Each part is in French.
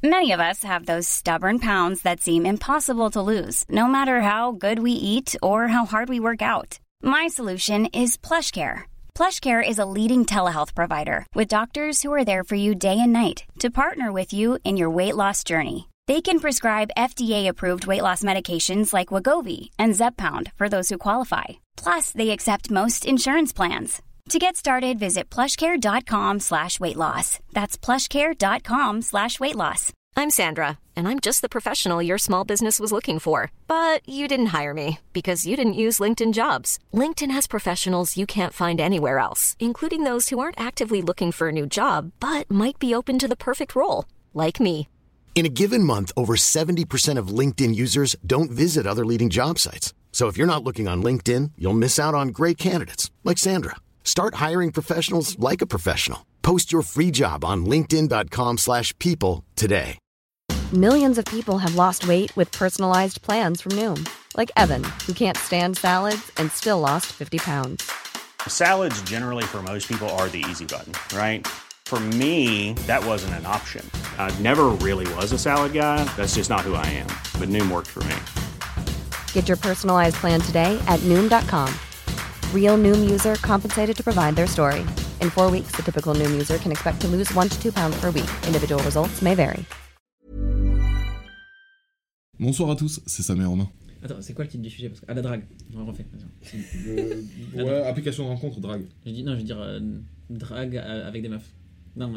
Many of us have those stubborn pounds that seem impossible to lose, no matter how good we eat or how hard we work out. My solution is PlushCare. PlushCare is a leading telehealth provider with doctors who are there for you day and night to partner with you in your weight loss journey. They can prescribe FDA-approved weight loss medications like Wegovy and Zepbound for those who qualify. Plus, they accept most insurance plans. To get started, visit plushcare.com/weightloss. That's plushcare.com/weightloss. I'm Sandra, and I'm just the professional your small business was looking for. But you didn't hire me because you didn't use LinkedIn Jobs. LinkedIn has professionals you can't find anywhere else, including those who aren't actively looking for a new job, but might be open to the perfect role, like me. In a given month, over 70% of LinkedIn users don't visit other leading job sites. So if you're not looking on LinkedIn, you'll miss out on great candidates like Sandra. Start hiring professionals like a professional. Post your free job on linkedin.com/people today. Millions of people have lost weight with personalized plans from Noom. Like Evan, who can't stand salads and still lost 50 pounds. Salads generally for most people are the easy button, right? For me, that wasn't an option. I never really was a salad guy. That's just not who I am. But Noom worked for me. Get your personalized plan today at Noom.com. Real Noom user compensated to provide their story. In 4 weeks, the typical Noom user can expect to lose 1 to 2 pounds per week. Individual results may vary. Bonsoir à tous, c'est Sam et Romain. Attends, c'est quoi le titre du sujet? La drague. On refait. Ouais, application de rencontre, drague. Je veux dire drague avec des meufs. Non.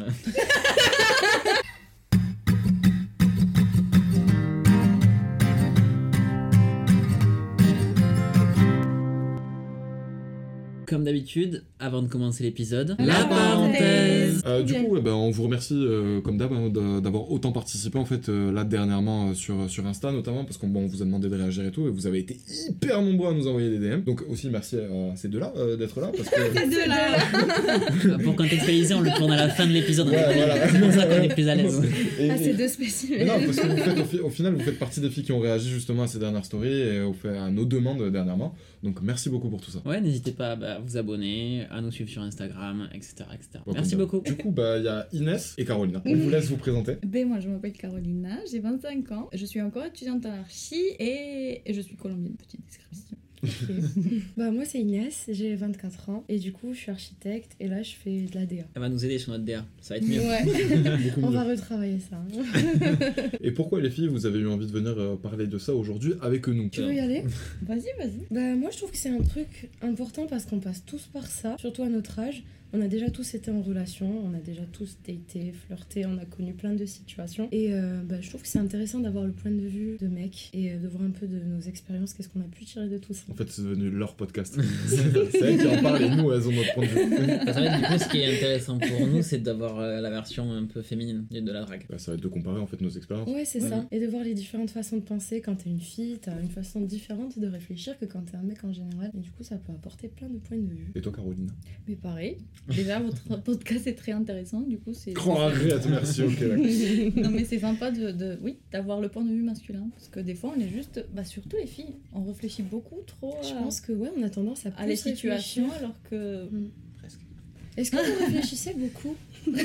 Comme d'habitude, avant de commencer l'épisode, la parenthèse. Du coup, on vous remercie comme d'hab d'avoir autant participé en fait là dernièrement sur Insta notamment parce qu'on vous a demandé de réagir et tout et vous avez été hyper nombreux à nous envoyer des DM. Donc aussi merci à ces deux-là d'être là parce que ces deux-là. Pour contextualiser, on le tourne à la fin de l'épisode. Ouais, voilà. C'est pour ça qu'on est plus à l'aise. Ces deux spécimens. Non, parce que au final vous faites partie des filles qui ont réagi justement à ces dernières stories et à nos demandes dernièrement. Donc merci beaucoup pour tout ça. Ouais, n'hésitez pas à vous abonner, à nous suivre sur Instagram, etc. Bon, merci beaucoup. Du coup, il y a Inès et Carolina. On vous laisse vous présenter. Moi, je m'appelle Carolina, j'ai 25 ans, je suis encore étudiante en archi et je suis colombienne, petite description. Okay. Moi c'est Inès, j'ai 24 ans et du coup je suis architecte et là je fais de la DA. Elle va nous aider sur notre DA, ça va être mieux. Ouais. On va retravailler ça. Et pourquoi les filles vous avez eu envie de venir parler de ça aujourd'hui avec nous? Tu veux y aller? Vas-y. Moi je trouve que c'est un truc important parce qu'on passe tous par ça, surtout à notre âge. On a déjà tous été en relation, on a déjà tous daté, flirté, on a connu plein de situations. Et je trouve que c'est intéressant d'avoir le point de vue de mecs et de voir un peu de nos expériences, qu'est-ce qu'on a pu tirer de tout ça. En fait, c'est devenu leur podcast. C'est elles qui en parlent et nous, elles ont notre point de vue. Ça va être, du coup, ce qui est intéressant pour nous, c'est d'avoir la version un peu féminine de la drague. Ça va être de comparer en fait nos expériences. Ouais, c'est ça. Et de voir les différentes façons de penser. Quand t'es une fille, t'as une façon différente de réfléchir que quand t'es un mec en général. Et du coup, ça peut apporter plein de points de vue. Et toi, Carolina? Mais pareil. Déjà, votre podcast est très intéressant, du coup, c'est... Grand agré à te merci, ok. Non, mais c'est sympa d'avoir le point de vue masculin, parce que des fois, on est juste... surtout les filles, on réfléchit beaucoup trop Je pense que, on a tendance à les situations, alors que... Presque. Est-ce que vous réfléchissez beaucoup?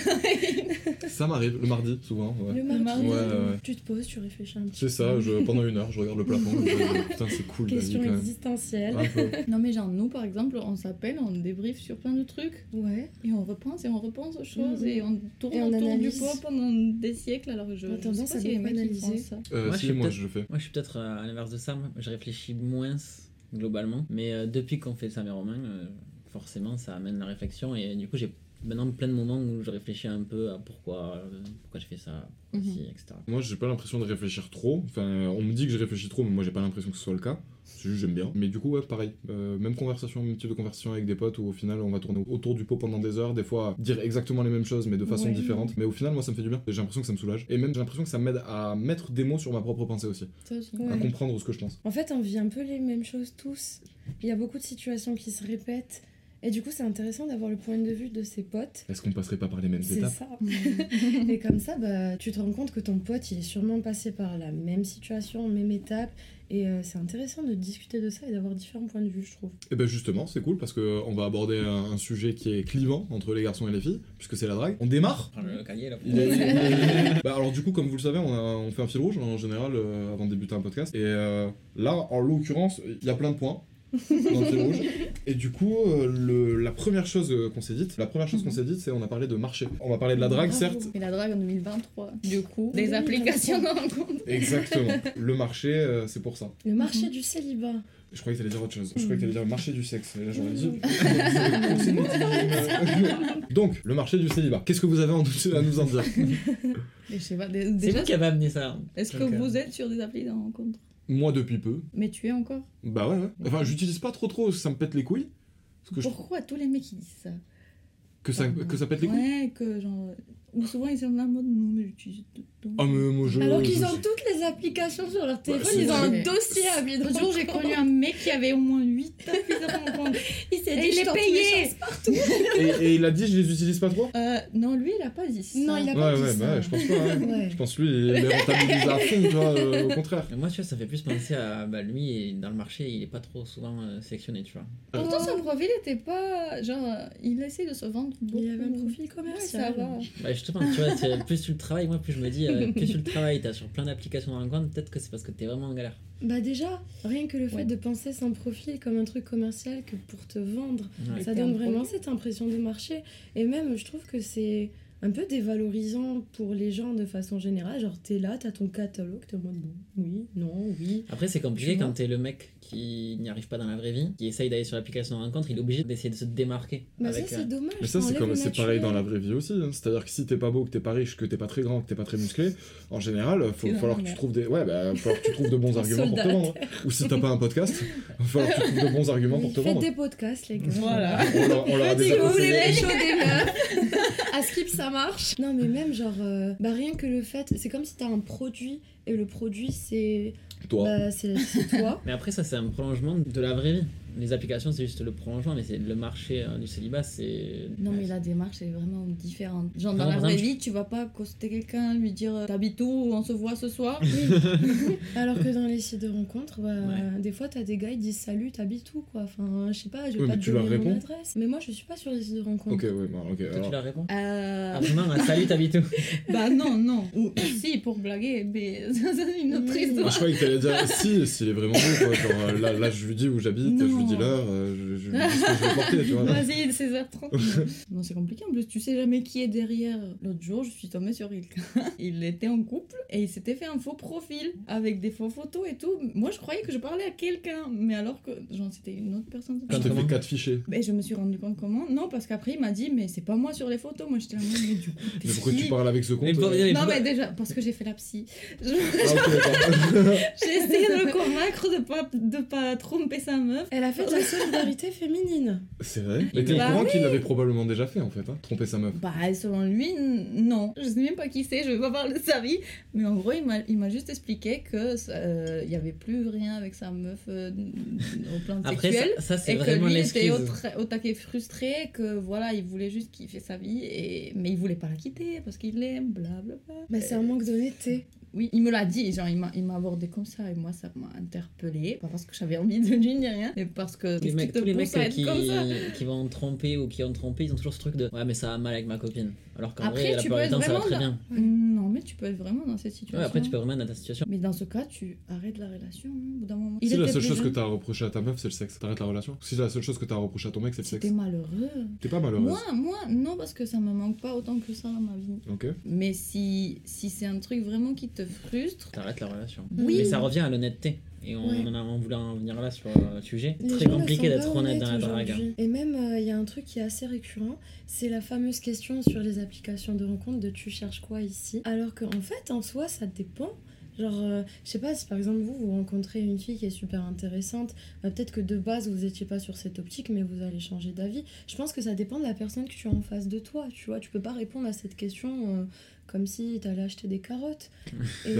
Ça m'arrive, le mardi, souvent. Ouais. Le mardi, ouais. Tu te poses, tu réfléchis un petit peu. C'est ça, pendant 1 heure, je regarde le plafond, putain, c'est cool. Question existentielle. Non, mais genre, nous, par exemple, on s'appelle, on débriefe sur plein de trucs. Ouais. Et on repense aux choses, et on tourne autour du pot pendant des siècles, alors je sais pas si les mecs ils font ça. Moi, je le fais. Moi, je suis peut-être à l'inverse de ça, je réfléchis moins, globalement. Mais depuis qu'on fait Sam et Romain, forcément, ça amène la réflexion, et du coup, j'ai maintenant plein de moments où je réfléchis un peu à pourquoi je fais ça, etc. Moi, j'ai pas l'impression de réfléchir trop. Enfin, on me dit que je réfléchis trop, mais moi, j'ai pas l'impression que ce soit le cas. C'est juste j'aime bien. Mais du coup, pareil. Même type de conversation avec des potes où au final, on va tourner autour du pot pendant des heures. Des fois, dire exactement les mêmes choses, mais de façon différente. Mais au final, moi, ça me fait du bien. J'ai l'impression que ça me soulage. Et même, j'ai l'impression que ça m'aide à mettre des mots sur ma propre pensée aussi. Ça aussi. À comprendre ce que je pense. En fait, on vit un peu les mêmes choses tous. Il y a beaucoup de situations qui se répètent. Et du coup, c'est intéressant d'avoir le point de vue de ses potes. Est-ce qu'on passerait pas par les mêmes C'est étapes? ça. Et comme ça, bah, tu te rends compte que ton pote, il est sûrement passé par la même situation, même étape. Et c'est intéressant de discuter de ça et d'avoir différents points de vue, je trouve. Et ben justement, c'est cool parce qu'on va aborder un sujet qui est clivant entre les garçons et les filles, puisque c'est la drague. On démarre. Le cahier là. Bah alors du coup, comme vous le savez, on fait un fil rouge en général avant de débuter un podcast. Et là, en l'occurrence, il y a plein de points dans le fil rouge. Et du coup, la première chose qu'on s'est dite, c'est on a parlé de marché. On va parler de la drague, certes. Mais la drague en 2023, du coup, des applications de rencontre. Exactement. Le marché, c'est pour ça. Le marché du célibat. Je croyais que t'allais dire autre chose. Je croyais que t'allais dire le marché du sexe. Et là, j'aurais dit. Donc, le marché du célibat. Qu'est-ce que vous avez à nous en dire? Mais je sais pas, C'est déjà, vous qui avez amené ça. est-ce que vous êtes sur des applis de rencontre? Moi, depuis peu. Mais tu es encore? Bah ouais. Enfin, j'utilise pas trop, ça me pète les couilles. Parce que Pourquoi tous les mecs ils disent ça? que ça pète les couilles? Ouais, que genre. Ou souvent ils sont en mode non, mais j'utilise tout le temps. Ah, mais moi je. Alors qu'ils ont toutes les applications sur leur téléphone, c'est ils ont un vrai. dossier à vie de L'autre jour, j'ai connu un mec qui avait au moins 8 applis de rencontre. Il s'est Et dit, il je est tente mes payé. chances partout. Et il a dit, je les utilise pas trop? Non, lui il a pas dit ça. Non, il a pas dit ça. Bah, je pense pas. Hein. Ouais. Je pense lui, il les rentabilise à fond, tu vois, au contraire. Mais moi, tu vois, ça fait plus penser à lui, dans le marché, il est pas trop souvent sélectionné, tu vois. Pourtant, son profil était pas. Genre, il essaie de se vendre beaucoup. Il avait un profil Ouais, commercial. ça va. Bah, justement, tu vois, plus tu le travailles, moi, plus je me dis, plus tu le travailles, t'as sur plein d'applications de rencontre, peut-être que c'est parce que t'es vraiment en galère. Bah déjà, rien que le fait Ouais. de penser son profil comme un truc commercial que pour te vendre, Ouais. ça donne vraiment cette impression de marché. Et même, je trouve que c'est un peu dévalorisant pour les gens de façon générale. Genre, t'es là, t'as ton catalogue, t'es en mode bon, oui, non, oui. Après, c'est compliqué Tu vois. quand t'es le mec qui n'y arrive pas dans la vraie vie, qui essaye d'aller sur l'application de rencontre, il est obligé d'essayer de se démarquer. Bah avec, ça, c'est dommage. Mais ça, ça enlève le c'est pareil naturel. dans la vraie vie aussi. Hein. C'est-à-dire que si t'es pas beau, que t'es pas riche, que t'es pas très grand, que t'es pas très musclé, en général, C'est falloir que tu normal. trouves falloir que tu trouves de bons arguments pour te Soldat. vendre. Ou si t'as pas un podcast, il va falloir que tu trouves de bons arguments pour te Faites vendre. des podcasts, les gars. Voilà. On leur a Si déjà vous voulez conseillé. les shows des meufs, à Skip ça marche. Non mais même genre, bah rien que le fait, c'est comme si t'as un produit et le produit c'est Toi. bah, c'est toi. Mais après, ça, c'est un prolongement de la vraie vie. Les applications, c'est juste le prolongement, mais c'est le marché du célibat, c'est. Non, mais la démarche est vraiment différente. Genre, dans Par la vraie exemple, vie, tu vas pas accoster quelqu'un, lui dire t'habites où, on se voit ce soir. Alors que dans les sites de rencontres, bah, Ouais. des fois t'as des gars ils disent salut, t'habites où quoi. Enfin, je sais pas, je vais Oui, pas mais te tu leur donner mon réponds adresse. Mais moi je suis pas sur les sites de rencontres. Ok, ouais, bah, ok. Toi, alors. tu la réponds Euh... Ah, non, salut, t'habites où? Bah non. Ou si, pour blaguer, mais c'est une autre Oui. histoire. Je croyais que t'allais dire s'il est vraiment beau, quoi. Genre, là, je lui dis où j'habite, je lui dis l'heure, je lui dis ce que je vais porter, tu vois. Vas-y, 16h30. Non, c'est compliqué en plus, tu sais jamais qui est derrière. L'autre jour, je suis tombée sur quelqu'un. Il était en couple et il s'était fait un faux profil avec des faux photos et tout. Moi, je croyais que je parlais à quelqu'un, mais alors que, genre, c'était une autre personne. Je t'ai Comment fait 4 fichiers. Mais je me suis rendu compte comment. Non, parce qu'appaprès, il m'a dit, mais c'est pas moi sur les photos. Moi, j'étais là, mais du coup. t'es Mais pourquoi qui tu parles avec ce compte Mais pour- Non, mais déjà, parce que j'ai fait la psy. Ah, ok, d'accord. J'ai essayé de le convaincre de pas tromper sa meuf. Elle a fait de la solidarité féminine. C'est vrai. Mais t'es au Bah courant oui. qu'il l'avait probablement déjà fait, en fait, hein, tromper sa meuf. Bah, selon lui, non. Je sais même pas qui c'est, je vais pas parler de sa vie. Mais en gros, il m'a juste expliqué que il y avait plus rien avec sa meuf au plan Après, sexuel. ça c'est Et que vraiment lui était l'excuse. au taquet frustré, que voilà, il voulait juste kiffer sa vie, mais il voulait pas la quitter parce qu'il l'aime, blablabla. Bah c'est un manque d'honnêteté. Oui, il me l'a dit, genre il m'a abordé comme ça et moi ça m'a interpellée. Pas parce que j'avais envie de lui ni rien, mais parce que Les mecs, tous les mecs pousse à être comme ça. qui vont tromper ou qui ont trompé, ils ont toujours ce truc de ouais, mais ça va mal avec ma copine. Alors qu'en Après, vrai, la tu plupart peux du être temps, ça va vraiment très dans- bien. Non, mais tu peux être vraiment dans cette situation. Ouais, après, tu peux vraiment être dans ta situation. Mais dans ce cas, tu arrêtes la relation au bout d'un moment. Si la était seule plus chose que jeune. t'as à reprocher à ta meuf, c'est le sexe, t'arrêtes la relation. Si la seule chose que t'as à reprocher à ton mec, c'est le Si sexe. t'es malheureux. T'es pas malheureuse. Moi, non, parce que ça me manque pas autant que ça dans ma vie. Ok. Mais si c'est un truc vraiment qui te frustre, T'arrêtes la relation. Oui. Mais ça revient à l'honnêteté. Et on, Ouais. on voulait en venir là sur le sujet. Les Très gens ne compliqué sont d'être pas honnête dans la honnêtes drague. aujourd'hui. Et même, il y a un truc qui est assez récurrent, c'est la fameuse question sur les applications de rencontre de tu cherches quoi ici. Alors qu'en fait, en soi, ça dépend. Genre, je sais pas, si par exemple vous rencontrez une fille qui est super intéressante, peut-être que de base vous étiez pas sur cette optique, mais vous allez changer d'avis. Je pense que ça dépend de la personne que tu as en face de toi, tu vois. Tu peux pas répondre à cette question comme si t'allais acheter des carottes. Et,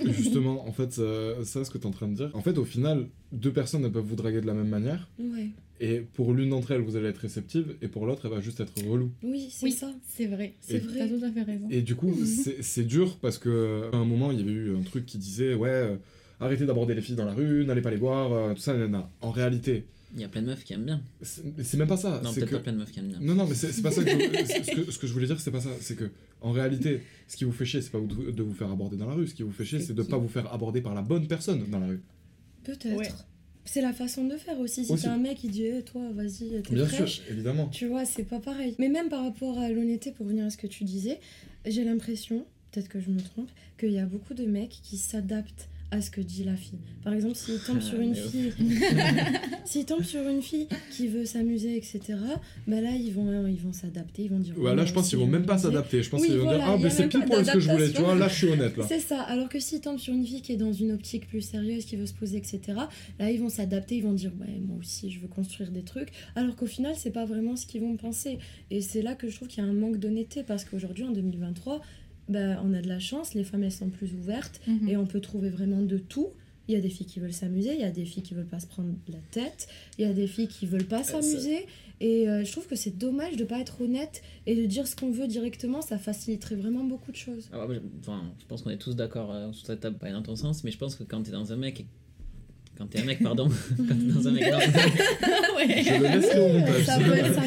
Justement, en fait, ça, ce que t'es en train de dire, en fait, au final, deux personnes ne peuvent vous draguer de la même manière. ouais. Et pour l'une d'entre elles, vous allez être réceptive, et pour l'autre, elle va juste être relou. Oui, c'est ça. C'est vrai. C'est vrai. T'as tout à fait raison. Et du coup, c'est dur parce qu'à un moment, il y avait eu un truc qui disait arrêtez d'aborder les filles dans la rue, n'allez pas les voir, tout ça, nanana. En réalité, Il y a plein de meufs qui aiment bien. c'est même pas ça. Non, c'est peut-être que... pas plein de meufs qui aiment bien. Non, mais c'est pas ça que ce que je voulais dire, c'est pas ça. C'est que, en réalité, ce qui vous fait chier, c'est pas de vous faire aborder dans la rue. Ce qui vous fait chier, c'est de pas vous faire aborder par la bonne personne dans la rue. Peut-être. Ouais. C'est la façon de faire aussi. Si t'as un mec qui dit toi, vas-y, t'es Bien fraîche, sûr, évidemment. tu vois, c'est pas pareil. Mais même par rapport à l'honnêteté, pour revenir à ce que tu disais, j'ai l'impression, peut-être que je me trompe, qu'il y a beaucoup de mecs qui s'adaptent à ce que dit la fille. Par exemple, s'il tombe sur une fille s'il tombe sur une fille qui veut s'amuser, etc., bah là ils vont s'adapter, ils vont dire Ouais, là je pense qu'ils vont même pas s'adapter. Je pense qu'ils vont voilà, dire mais c'est pile pour ce que je voulais, tu vois, là je suis honnête là. C'est ça, alors que s'ils tombent sur une fille qui est dans une optique plus sérieuse, qui veut se poser, etc., là ils vont s'adapter, ils vont dire ouais, moi aussi je veux construire des trucs, alors qu'au final c'est pas vraiment ce qu'ils vont penser. Et c'est là que je trouve qu'il y a un manque d'honnêteté, parce qu'aujourd'hui en 2023, bah, on a de la chance, les femmes elles sont plus ouvertes et on peut trouver vraiment de tout. Il y a des filles qui veulent s'amuser, il y a des filles qui veulent pas se prendre la tête, il y a des filles qui veulent pas s'amuser. Et je trouve que c'est dommage de pas être honnête et de dire ce qu'on veut directement, ça faciliterait vraiment beaucoup de choses. Alors, je pense qu'on est tous d'accord sur cette table, pas dans ton sens, mais je pense que quand t'es dans un mec... Quand t'es un mec, pardon. Quand t'es dans un mec... Non. Ouais. Je le laisserai au montage. Ça peut être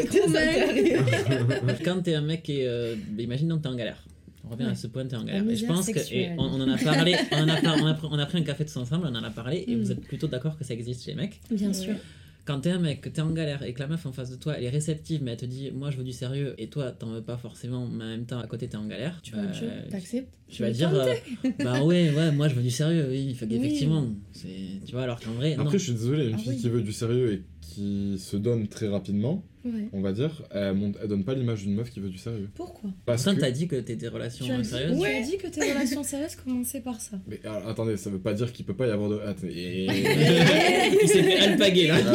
sympathique. Quand t'es un mec et... imagine donc t'es en galère. On revient à ce point, t'es en galère. La Et je misère pense que... sexuelle. Et on en a parlé, on a pris un café tous ensemble, on en a parlé, et vous êtes plutôt d'accord que ça existe chez les mecs. Bien sûr. Quand t'es un mec, que t'es en galère et que la meuf en face de toi elle est réceptive mais elle te dit moi je veux du sérieux et toi t'en veux pas forcément mais en même temps à côté t'es en galère, T'acceptes. tu vas dire bah ouais moi je veux du sérieux, oui, effectivement c'est, tu vois, alors qu'en vrai Après non. je suis désolé, une fille qui veut du sérieux et qui se donne très rapidement, on va dire, elle donne pas l'image d'une meuf qui veut du sérieux. Pourquoi? Parce Pourtant que... t'as dit que t'étais relations sérieuses. Tu as dit que tes relations sérieuses commençaient par ça. Mais attendez, ça veut pas dire qu'il peut pas y avoir de... Il s'est fait alpaguer là.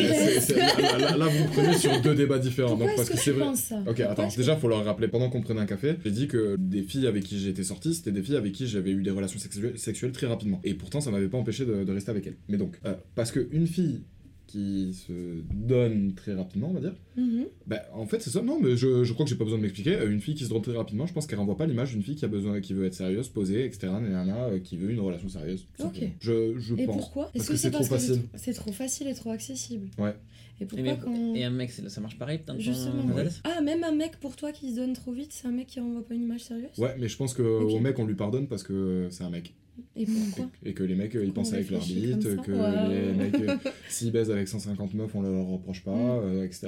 Là vous me prenez sur deux débats différents. Pourquoi Donc, parce est-ce que que c'est tu vrai. penses ça? Ok, attends, déjà faut leur rappeler, pendant qu'on prenait un café, j'ai dit que des filles avec qui j'ai été sorti, c'était des filles avec qui j'avais eu des relations sexuelles très rapidement. Et pourtant ça m'avait pas empêché de rester avec elles. Mais donc, parce qu'une fille qui se donne très rapidement, on va dire, bah en fait c'est ça, non mais je crois que j'ai pas besoin de m'expliquer. Une fille qui se donne très rapidement, je pense qu'elle renvoie pas l'image d'une fille qui veut être sérieuse, posée, etc., qui veut une relation sérieuse. Ok. Je Et pense. pourquoi? Parce que c'est trop facile. C'est trop facile et trop accessible. Ouais. Et pourquoi quand... Et un mec, ça marche pareil dans ton... Justement. Ah, même un mec pour toi qui se donne trop vite, c'est un mec qui renvoie pas une image sérieuse? Ouais, mais je pense qu'au mec on lui pardonne parce que c'est un mec. Et pourquoi? Et que les mecs ils pensent avec leur réfléchit bite, comme que ça. les mecs s'ils baisent avec 150 meufs on leur reproche pas, etc.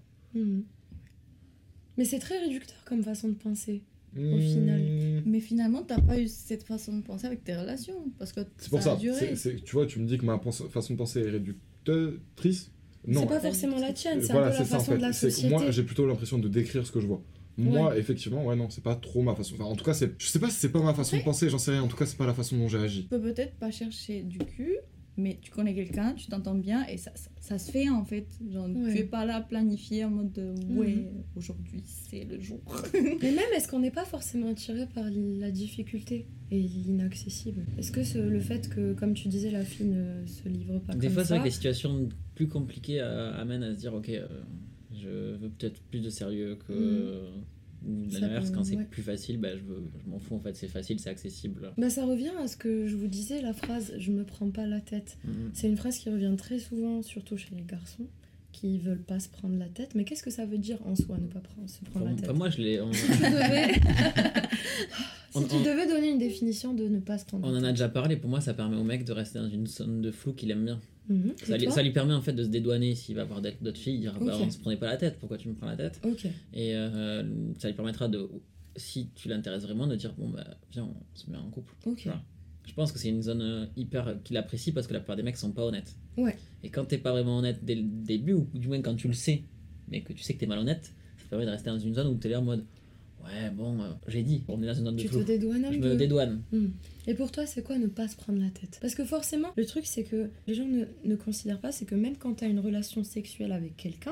Mais c'est très réducteur comme façon de penser. Au final. Mais finalement, t'as pas eu cette façon de penser avec tes relations. Parce que C'est pour ça a ça. duré. Tu vois, tu me dis que ma façon de penser est réductrice. Non. C'est pas forcément la tienne, c'est Voilà, un peu la c'est ça, en façon fait. de la C'est- société. Moi, j'ai plutôt l'impression de décrire ce que je vois. Moi, effectivement, ouais, non, c'est pas trop ma façon. Enfin, en tout cas, je sais pas si c'est pas ma façon de penser, j'en sais rien. En tout cas, c'est pas la façon dont j'ai agi. Tu peux peut-être pas chercher du cul, mais tu connais quelqu'un, tu t'entends bien et ça se fait en fait. Genre, tu es pas là planifié en mode aujourd'hui c'est le jour. Mais même, est-ce qu'on n'est pas forcément attiré par la difficulté et l'inaccessible? Est-ce que le fait que, comme tu disais, la fille ne se livre pas Des comme fois, ça... c'est vrai que les situations plus compliquées amènent à se dire, ok, je veux peut-être plus de sérieux que... De Ça l'inverse, peut- quand c'est ouais. plus facile, je m'en fous, en fait, c'est facile, c'est accessible. Bah, ça revient à ce que je vous disais, la phrase « je me prends pas la tête ». C'est une phrase qui revient très souvent, surtout chez les garçons, qui veulent pas se prendre la tête. Mais qu'est-ce que ça veut dire en soi, ne pas se prendre la tête? Enfin, moi, je l'ai... Si tu devais donner une définition de ne pas se prendre On la en tête. a déjà parlé, pour moi, ça permet au mec de rester dans une zone de flou qu'il aime bien. Et toi Ça lui permet en fait de se dédouaner s'il va voir d'autres filles, il dira bah Ok. on se prenait pas la tête, pourquoi tu me prends la tête? Ok. Et ça lui permettra de, si tu l'intéresses vraiment, de dire bon bah viens on se met en couple. Ok. Voilà. Je pense que c'est une zone hyper qu'il apprécie parce que la plupart des mecs sont pas honnêtes. Ouais. Et quand t'es pas vraiment honnête dès le début, ou du moins quand tu le sais, mais que tu sais que t'es malhonnête, ça te permet de rester dans une zone où t'es là en mode ouais bon j'ai dit, on est dans une zone de Tu flou. te dédouanes un Je peu. me dédouane. Et pour toi, c'est quoi ne pas se prendre la tête? Parce que forcément, le truc, c'est que les gens ne considèrent pas, c'est que même quand tu as une relation sexuelle avec quelqu'un,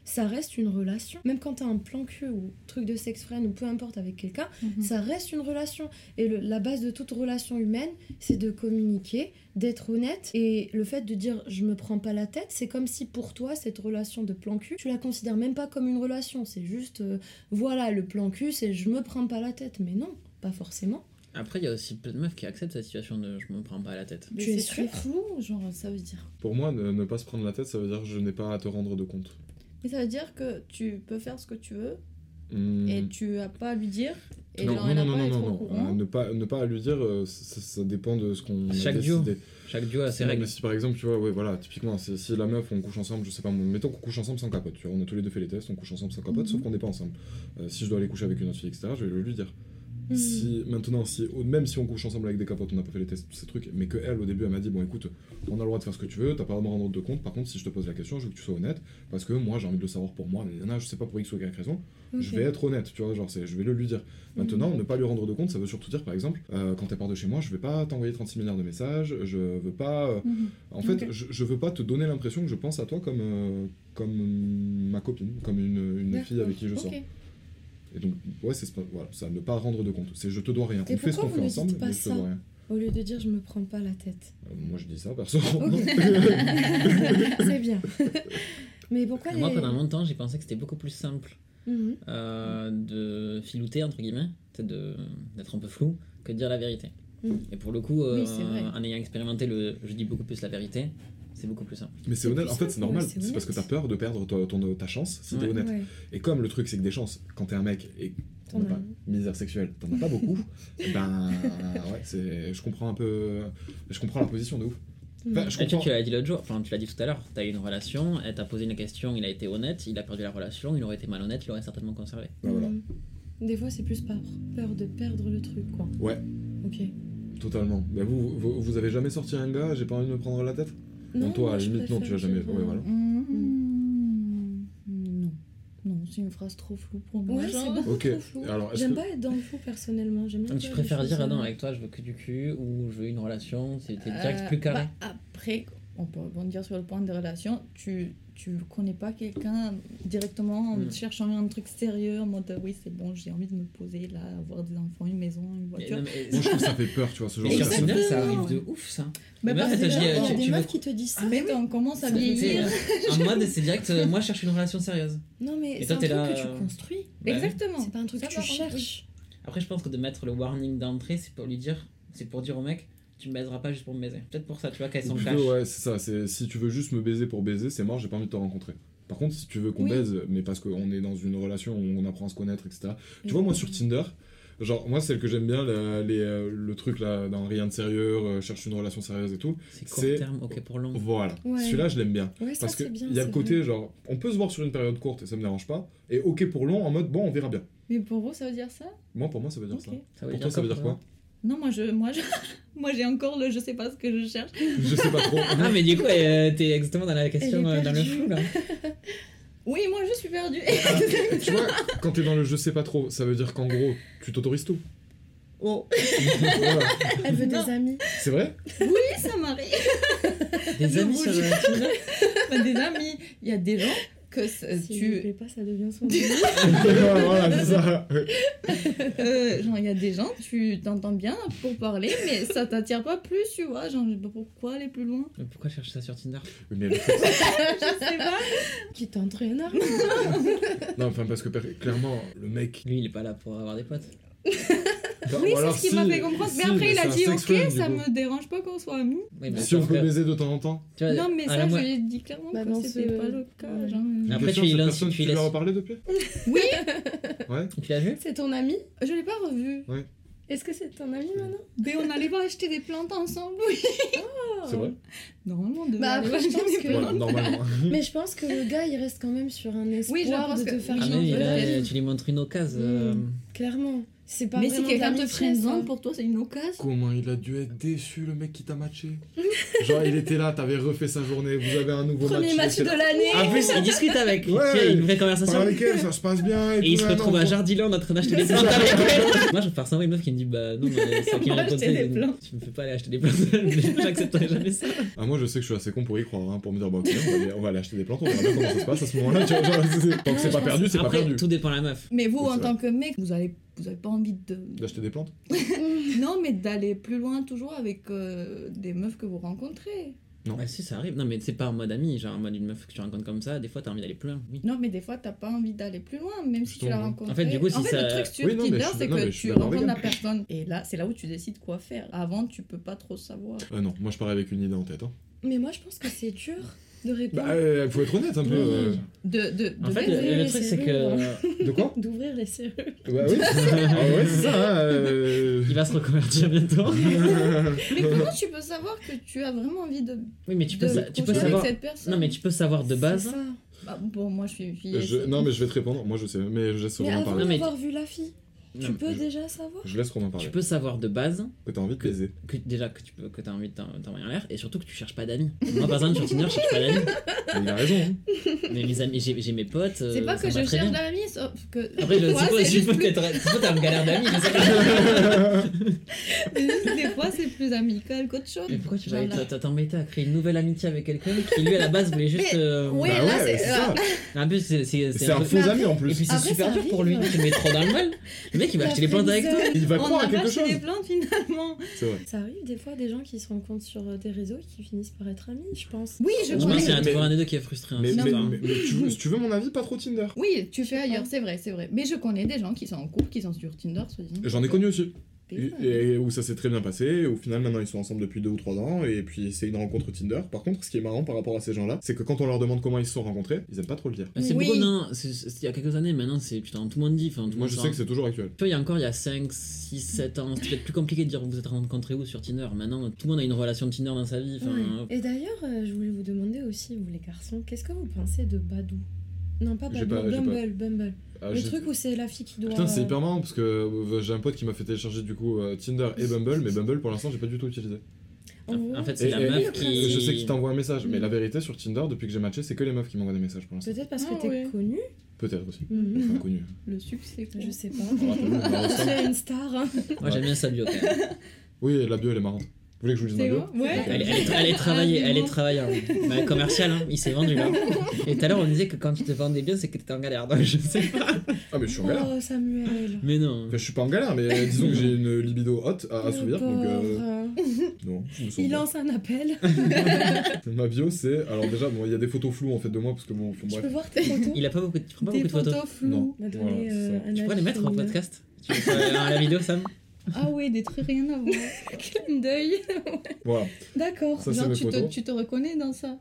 ça reste une relation. Même quand t'as un plan cul ou truc de sex friend ou peu importe avec quelqu'un, ça reste une relation. Et la base de toute relation humaine, c'est de communiquer, d'être honnête. Et le fait de dire je me prends pas la tête, c'est comme si pour toi, cette relation de plan cul, tu la considères même pas comme une relation. C'est juste, voilà, le plan cul, c'est je me prends pas la tête. Mais non, pas forcément. Après, il y a aussi plein de meufs qui acceptent cette situation de je me prends pas la tête. Mais Tu es c'est très sûr flou, genre ça veut dire. Pour moi, ne pas se prendre la tête, ça veut dire que je n'ai pas à te rendre de compte. Mais ça veut dire que tu peux faire ce que tu veux Hmm. et tu as pas à lui dire. Et Non, genre, non, elle a non, pas à non, être non, au non. courant. Ne pas à lui dire, ça dépend de ce qu'on a Chaque duo. décidé. Chaque duo a ses Non, règles. mais si par exemple, tu vois, ouais, voilà, typiquement, si la meuf, on couche ensemble, je sais pas, mettons qu'on couche ensemble sans capote, tu vois, on a tous les deux fait les tests, on couche ensemble sans capote, sauf qu'on n'est pas ensemble. Si je dois aller coucher avec une autre fille, etc., je vais lui dire. Si, maintenant, même si on couche ensemble avec des capotes, on n'a pas fait les tests, tous ces trucs, mais que elle, au début, elle m'a dit, bon, écoute, on a le droit de faire ce que tu veux, t'as pas à me rendre de compte, par contre, si je te pose la question, je veux que tu sois honnête, parce que moi, j'ai envie de le savoir pour moi, je sais pas pour X ou Y raison, je vais être honnête, tu vois, genre, je vais le lui dire. Maintenant, ne pas lui rendre de compte, ça veut surtout dire, par exemple, quand elle part de chez moi, je vais pas t'envoyer 36 milliards de messages, je veux pas... En fait, je veux pas te donner l'impression que je pense à toi comme ma copine, comme une fille avec qui je sors. Et donc, ouais, c'est voilà, ça, ne pas rendre de compte. C'est je te dois rien. Et On fait ce qu'on pourquoi fait vous ne ensemble, dites pas mais je te ça dois rien. Au lieu de dire je me prends pas la tête. Moi, je dis ça, perso. C'est bien. Mais pourquoi Moi, pendant longtemps, j'ai pensé que c'était beaucoup plus simple Mhm. de filouter, entre guillemets, d'être un peu flou, que de dire la vérité. Et pour le coup, Oui, c'est vrai. en ayant expérimenté je dis beaucoup plus la vérité, c'est beaucoup plus simple. Mais c'est C'est honnête, plus en fait, simple, c'est normal. ouais, c'est C'est parce que honnête. t'as peur de perdre ta chance si t'es Ouais. honnête. Ouais. Et comme le truc, c'est que des chances, quand t'es un mec et t'en T'en as as pas, misère sexuelle, t'en as pas beaucoup, ben ouais, je comprends un peu. Je comprends la position de ouf. Enfin, je Et comprends. tu l'as dit l'autre jour, enfin tu l'as dit tout à l'heure, t'as eu une relation, elle t'a posé une question, il a été honnête, il a perdu la relation, il aurait été malhonnête, il aurait certainement conservé. Ben voilà. Des fois, c'est plus par peur de perdre le truc, quoi. Ouais, Ok. totalement. Ben vous avez jamais sorti un gars, j'ai pas envie de me prendre la tête? Non, toi, à moi, la je limite, non, tu vas préfère jamais. dire, Ouais, voilà. Non. Non, c'est une phrase trop floue pour moi. Ouais, c'est genre. beaucoup Ok. trop flou. Alors, est-ce J'aime que- pas être dans le flou personnellement. J'aime bien Donc tu dire préfères les dire, choses, ah non, avec toi je veux que du cul, ou je veux une relation, c'était direct plus carré. Bah, après, on peut rebondir sur le point des relations. Tu connais pas quelqu'un directement en cherchant un truc sérieux, en mode oui, c'est bon, j'ai envie de me poser là, avoir des enfants, une maison, une Et voiture. non, mais- Moi, je trouve que ça fait peur, tu vois, ce genre Et de sur personne. Tinder, ça Exactement. arrive de ouf ça. Mais La meuf, parce elle te que dit, là, il y a tu des veux- meufs qui te disent ça, Ah, mais oui. on commence à C'est- vieillir. En mode, c'est direct, moi je cherche une relation sérieuse. Non, mais Et c'est toi, un t'es truc là, que tu construis. Ouais. Exactement. C'est pas un truc Ça, que par tu contre, cherches. Après, je pense que de mettre le warning d'entrée, c'est pour dire au mec, tu me baiseras pas juste pour me baiser. Peut-être pour ça, tu vois, qu'elles Ou sont plutôt, cash. ouais, c'est ça. Si tu veux juste me baiser pour baiser, c'est mort, j'ai pas envie de te rencontrer. Par contre, si tu veux qu'on Oui. baise, mais parce qu'on est dans une relation où on apprend à se connaître, etc. Tu vois, moi sur Tinder, genre, moi celle que j'aime bien, le truc là, dans rien de sérieux, cherche une relation sérieuse et tout. C'est court c'est- terme, ok pour long. Voilà. Ouais. Celui-là, je l'aime bien. Ouais, ça, Parce que c'est bien. il y a c'est le côté, vrai. genre, on peut se voir sur une période courte et ça me dérange pas. Et ok pour long, en mode, bon, on verra bien. Mais pour vous, ça veut dire ça? Moi, pour moi, ça veut dire Ok. ça. Ça veut Pour toi, ça veut dire quoi? Non, moi, moi j'ai encore le je sais pas ce que je cherche. Je sais pas trop. Ah, mais du coup, t'es exactement dans la question, Elle est dans le perdue. flou là. Oui, moi je suis perdue. Tu vois, quand t'es dans le je sais pas trop, ça veut dire qu'en gros, tu t'autorises tout. Oh, Voilà. Elle veut Non. des amis. C'est vrai? oui, ça m'arrive. Des Je amis vous sur jure. Tinder. Bah, des amis. Il y a des gens que Si tu. ne plaît pas, ça devient son ami. Voilà, c'est ça. Genre, il y a des gens, tu t'entends bien pour parler, mais ça t'attire pas plus, tu vois. Genre, je sais pas pourquoi aller plus loin. Mais pourquoi chercher ça sur Tinder? Mais Je sais pas. Qui t'entraîne. non, enfin, parce que clairement, le mec. Lui, il est pas là pour avoir des potes. Enfin, Oui, ou c'est alors ce qui si- m'a fait comprendre. Mais si, après, il a c'est un dit sex ok, friend, du ça coup. me dérange pas qu'on soit amis. Oui, mais Si on sauf peut que- baiser de temps en temps. tu vois, Non, mais à ça, la je mo- lui ai dit clairement Bah, que dans c'était ce- pas le cas. Ouais. Genre. Après, Question, tu cette lances- personne, tu tu lui laisses- as reparlé depuis? Oui, Ouais. Tu l'as vu? C'est ton ami? je l'ai pas revu. Est-ce que c'est ton ami maintenant? Mais on allait pas acheter des plantes ensemble, oui. C'est vrai? Normalement, on devait Bah, aller après, je acheter pense des que- plantes. Voilà, normalement. Mais je pense que le gars, il reste quand même sur un espoir Oui, je pense de que- te faire oui, Ah, non, mais je là, l'ai vu. tu lui montres une occasion. Clairement. C'est pas Mais si vraiment quelqu'un de te l'amitié, friendzone, ça. pour toi, c'est une occasion. Comment il a dû être déçu, le mec qui t'a matché. Genre, il était là, t'avais refait sa journée, vous avez un nouveau Premier match il de était là. l'année. En plus, il discute avec. Ouais. Tu sais, une vraie conversation. Parle avec elle, ça se passe bien. Et il tout, se là, retrouve non, à bon. Jardiland en train d'acheter des plantes avec elle. Moi, je préfère ça une meuf qui me dit bah non, mais c'est qui me Acheter racontait. des plantes. Tu me fais pas aller acheter des plantes. J'accepterai jamais ça. Ah, moi, je sais que je suis assez con pour y croire, hein, pour me dire, bah ok, on va aller acheter des plantes, on verra bien comment ça se passe à ce moment-là. Tu vois, genre, tant que c'est pas perdu, c'est pas Après, perdu. tout dépend de la meuf. Mais vous, Oui, en c'est tant que mec, vous avez pas envie de... D'acheter des plantes. Non, mais d'aller plus loin toujours avec des meufs que vous rencontrez. Non. Bah si, ça arrive. Non, mais c'est pas en mode ami, genre en mode une meuf que tu rencontres comme ça, des fois t'as envie d'aller plus loin. Oui. Non, mais des fois, t'as pas envie d'aller plus loin, même si tu l'as Justement. rencontré. En fait, du coup, si ça- le truc sur Oui, non, mais Tinder, je suis- c'est non, mais que je suis tu d'accord rencontres avec la personne. Et là, c'est là où tu décides quoi faire. Avant, tu peux pas trop savoir. Non, moi, je pars avec une idée en tête. Hein. Mais moi, je pense que c'est dur de répondre. Bah, faut être honnête un peu. En fait, baiser le les truc, c'est serrures, que. De quoi D'ouvrir les serrures. Bah oui, c'est ça. Ah ouais, c'est ça. Il va se reconvertir bientôt. Mais comment tu peux savoir que tu as vraiment envie de Oui, mais tu peux coucher avec savoir. cette personne? Non, mais tu peux savoir de C'est base. ça. Bah, bon, moi, je suis une fille. et c'est- Non, mais je vais te répondre. Moi, je sais, mais je laisse Mais Romain avant parler. Non, mais- d'avoir vu la fille, tu Non, peux déjà savoir. Je laisse Romain Tu parler. peux savoir de base Que t'as envie de baiser. déjà que t'as envie de t'envoyer en l'air et surtout que tu cherches pas d'amis. Moi, par exemple, sur Tinder, je cherche pas d'amis. Mais il a raison. Hein. Mais mes amis, j'ai mes potes. C'est pas ça que va je très cherche bien. d'amis, sauf que. Après, des fois, c'est je juste suppose plus- que t'as une galère d'amis, mais ça Des fois, c'est plus amical qu'autre chose. Mais pourquoi tu Genre là. vas t'embêter à créer une nouvelle amitié avec quelqu'un qui, lui, à la base, voulait juste. Oui, Bah là, ouais, c'est. c'est ça. En plus, C'est un peu- faux ami en Et plus. puis c'est Après, super ça dur pour lui, arrive. tu le mets trop dans le mal. Le mec il va La acheter les plantes avec toi. friendzone. Il va On croire à a quelque pas chez chose. les plantes finalement. C'est vrai. Ça arrive des fois des gens qui se rencontrent sur des réseaux et qui finissent par être amis, je pense. Oui, je Je connais. pense qu'il y en a Mais- toujours un des deux qui est frustré. hein, Mais, c'est mais, ça. mais tu veux mon avis, pas trop Tinder. Oui, tu fais sais ailleurs, pas. c'est vrai, c'est vrai. Mais je connais des gens qui sont en couple, qui sont sur Tinder, soi-disant. J'en ai connu aussi. Des fois. Et où ça s'est très bien passé. Au final, maintenant, ils sont ensemble depuis 2 ou 3 ans. Et puis, c'est une rencontre Tinder. Par contre, ce qui est marrant par rapport à ces gens-là, c'est que quand on leur demande comment ils se sont rencontrés, ils aiment pas trop le dire. C'est Oui. beaucoup, non, il y a quelques années, maintenant c'est putain, tout le monde dit. Enfin, tout le Moi, monde je s'en- sais que c'est toujours actuel. Tu vois, il y a 5, 6, 7 ans, c'était peut-être plus compliqué de dire vous êtes rencontrés où sur Tinder. Maintenant, tout le monde a une relation Tinder dans sa vie. Enfin, Ouais. Et d'ailleurs, je voulais vous demander aussi, vous les garçons, qu'est-ce que vous pensez de Badoo? Non, pas J'ai Badoo, pas- Bumble. Ah, Le j'ai- truc où c'est la fille qui doit... Putain, c'est hyper marrant parce que j'ai un pote qui m'a fait télécharger du coup Tinder et Bumble, mais Bumble pour l'instant j'ai pas du tout utilisé. en fait, Et- c'est la et- meuf et qui. Je sais qu'il t'envoie un message, mais Mm. la vérité sur Tinder, depuis que j'ai matché, c'est que les meufs qui m'envoient des messages pour l'instant. Peut-être parce Ah, que t'es ouais. connu. Peut-être aussi. Mhm. Enfin, connu. Le succès, quoi. Je sais pas. Bah, ça- C'est une star. Hein. Moi j'aime bien sa bio quand même. Oui, la bio elle est marrante. Vous voulez que je vous dise ma C'est bio bon Ouais. Elle est travaillée en commercial, hein. Il s'est vendu là. Et tout à l'heure on disait que quand tu te vendais bien, c'est que t'étais en galère. Donc je sais pas. Ah, mais je suis en galère. Oh, Samuel. Mais non. Enfin, je suis pas en galère, mais disons que j'ai une libido haute à Le assouvir, donc pauvre. non, je me sens Il bien. lance un appel. Ma bio c'est, alors déjà, bon, il y a des photos floues en fait de moi, parce que bon, Je bref. peux voir tes photos. Il a pas beaucoup, tu prends pas Des beaucoup de photos. photos floues. Non. M'a Voilà, donné c'est ça. un Tu pourrais les avis mettre en féminin. podcast. Tu veux faire la vidéo, Sam? Ah ouais, des trucs rien à voir. Clin d'œil. Voilà, D'accord. ça c'est Genre, mes tu photos. te reconnais dans ça.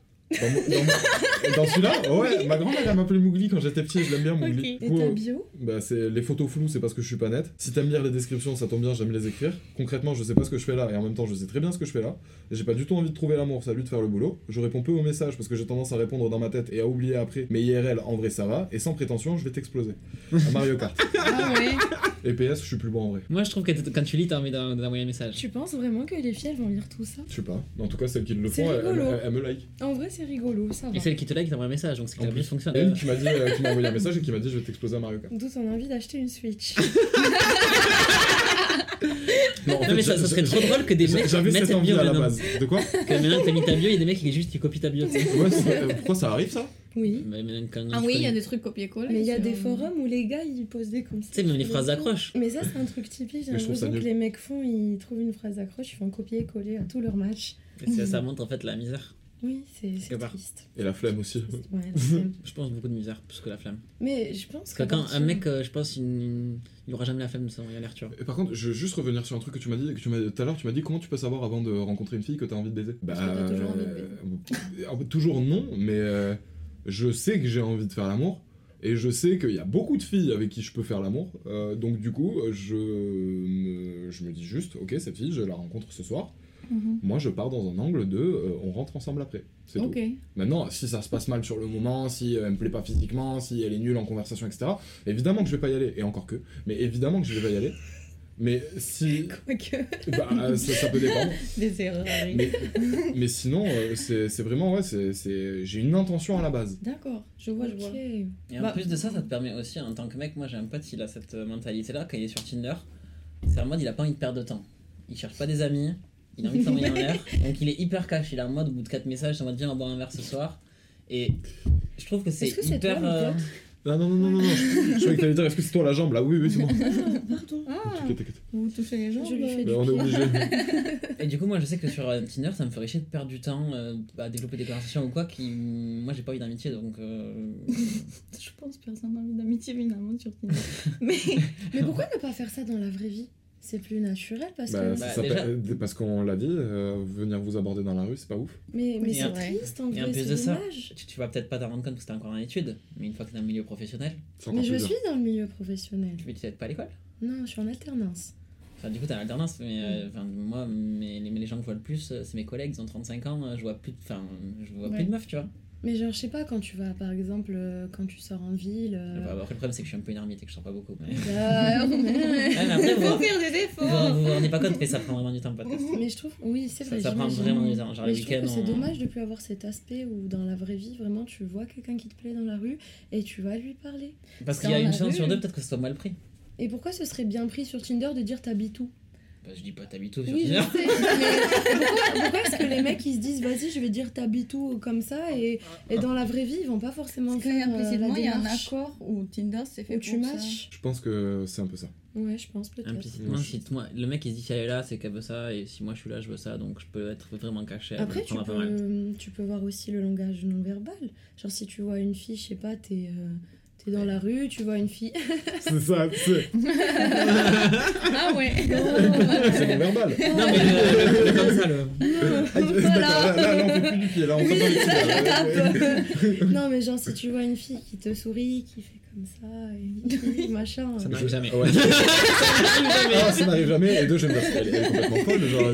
Dans celui-là, ouais, ma grand-mère elle m'appelait Mougli quand j'étais petit, je l'aime bien Mougli. Ok. Du Et coup, ta bio? bah, c'est les photos floues, c'est parce que je suis pas net. Si t'aimes lire les descriptions, ça tombe bien, j'aime les écrire. Concrètement, je sais pas ce que je fais là, et en même temps, je sais très bien ce que je fais là. Et j'ai pas du tout envie de trouver l'amour, c'est à lui de faire le boulot. Je réponds peu aux messages parce que j'ai tendance à répondre dans ma tête et à oublier après. Mais IRL, en vrai, ça va, et sans prétention, je vais t'exploser. À Mario Kart. Ah ouais. Et PS, je suis plus bon en vrai. Moi je trouve que quand tu lis, t'as envie d'envoyer un message. Tu penses vraiment que les filles elles vont lire tout ça? Je sais pas. En tout cas, celles qui le C'est font, rigolo. elles me like. En vrai, c'est rigolo, ça va. Et celle qui te like, t'envoie un message, donc c'est que En la plus, vie fonctionne. Elle qui m'a dit, qui m'a envoyé un message et qui m'a dit je vais t'exploser à Mario Kart. D'où ton envie d'acheter une Switch. Non, en Non fait, mais ça serait trop drôle que des mecs J'avais mettent cette cette envie bio à la maintenant. base. De quoi Que maintenant que t'as mis ta bio, il y a des mecs qui juste ils copient ta bio. Tu sais. Ouais, pourquoi ça arrive ça? Oui. Mais maintenant, quand Ah tu oui, il y a connais- des trucs copier-coller. Mais il y a sur- des forums où les gars ils posent des conseils. Tu sais, même les phrases d'accroche. Mais ça, c'est un truc typique. J'ai Mais je trouve ça l'impression que nul. les mecs font, ils trouvent une phrase d'accroche, ils font copier-coller à tous leurs matchs. Et ça montre en fait la misère. Oui, c'est Quelque part. triste. Et la flemme aussi. Ouais, la flemme. Je pense beaucoup de misère, plus que la flamme. Mais je pense Parce que quand un partir- mec, je pense, il aura jamais la flemme de s'envoyer à l'air, tu vois. Et par contre, je veux juste revenir sur un truc que tu m'as dit, tout à l'heure, tu m'as dit comment tu peux savoir avant de rencontrer une fille que t'as envie de baiser. Parce que t'as toujours envie de toujours non, mais je sais que j'ai envie de faire l'amour. Et je sais qu'il y a beaucoup de filles avec qui je peux faire l'amour. Donc du coup, je me dis juste, ok, cette fille, je la rencontre ce soir. Mhm. Moi, je pars dans un angle de on rentre ensemble après. C'est Ok. tout. Maintenant, si ça se passe mal sur le moment, si elle me plaît pas physiquement, si elle est nulle en conversation, etc., évidemment que je vais pas y aller. Et encore que, mais évidemment que je vais pas y aller. Mais si... Quoique. Ça peut dépendre. Des erreurs arrivent. Mais sinon, c'est vraiment, ouais, j'ai une intention à la base. D'accord, je vois. Et en plus de ça, ça te permet aussi, en tant que mec, moi j'ai un pote, il a cette mentalité-là, quand il est sur Tinder, c'est en mode il a pas envie de perdre de temps. Il cherche pas des amis, il a envie de s'envoyer en l'air, donc il est hyper cash, il est en mode au bout de 4 messages, ça va dire on va boire un verre ce soir. Et je trouve que c'est hyper... Non, je croyais que t'allais dire est-ce que c'est toi la jambe là? Oui, c'est moi. Pardon. T'inquiète. Vous touchez les jambes. Je lui fais du On est obligé. Et du coup, moi je sais que sur Tinder, ça me ferait chier de perdre du temps à développer des conversations ou quoi, moi j'ai pas envie d'amitié donc. Je pense que personne n'a envie d'amitié finalement sur Tinder. Mais pourquoi ne pas faire ça dans la vraie vie? C'est plus naturel parce parce qu'on l'a dit, venir vous aborder dans la rue, c'est pas ouf. Mais c'est triste en et vrai, en plus c'est de ça, dommage. tu vas peut-être pas t'en rendre compte parce que t'es encore en études, mais une fois que t'es dans le milieu professionnel. Mais je suis dans le milieu professionnel. Mais tu n'es pas à l'école? Non, je suis en alternance. Enfin, du coup, t'es en alternance, mais moi, les gens que je vois le plus, c'est mes collègues, ils ont 35 ans, je vois plus de meufs, tu vois. Mais genre, je sais pas, quand tu vas, par exemple, quand tu sors en ville... Après, le problème, c'est que je suis un peu une ermite et que je sors pas beaucoup. Mais... mais après, faut faire des efforts. Vous vous rendez pas compte, mais ça prend vraiment du temps, le podcast. Mais je trouve, oui, c'est vrai. Ça prend vraiment du temps. Genre, les je trouve week-ends, que c'est dommage de plus avoir cet aspect où, dans la vraie vie, vraiment, tu vois quelqu'un qui te plaît dans la rue et tu vas lui parler. Parce qu'il y a une chance sur deux, peut-être que ce soit mal pris. Et pourquoi ce serait bien pris sur Tinder de dire t'habites où? Je dis pas t'habites où sur oui, Tinder. Je sais, mais pourquoi est-ce que les mecs ils se disent vas-y je vais dire t'habites où comme ça et dans la vraie vie ils vont pas forcément faire implicitement la il y a un démarche accord où Tinder c'est fait où pour tu ça. matches. Je pense que c'est un peu ça. Ouais, je pense peut-être. Implicitement, si le mec il se dit si elle est là, c'est qu'elle veut ça, et si moi je suis là, je veux ça, donc je peux être vraiment caché. Après, tu peux voir aussi le langage non verbal. Genre, si tu vois une fille, je sais pas, t'es dans la rue, tu vois une fille. C'est ça, c'est. Ah ouais. C'est non verbal. Non, mais comme ça, D'accord, là, on fait plus du pied, là, on tape dans les pieds. Non, mais genre, si tu vois une fille qui te sourit, qui fait comme ça, et machin. Ça n'arrive jamais. Ouais. Ça n'arrive jamais, et deux, j'aime bien ça. Elle est complètement folle, genre.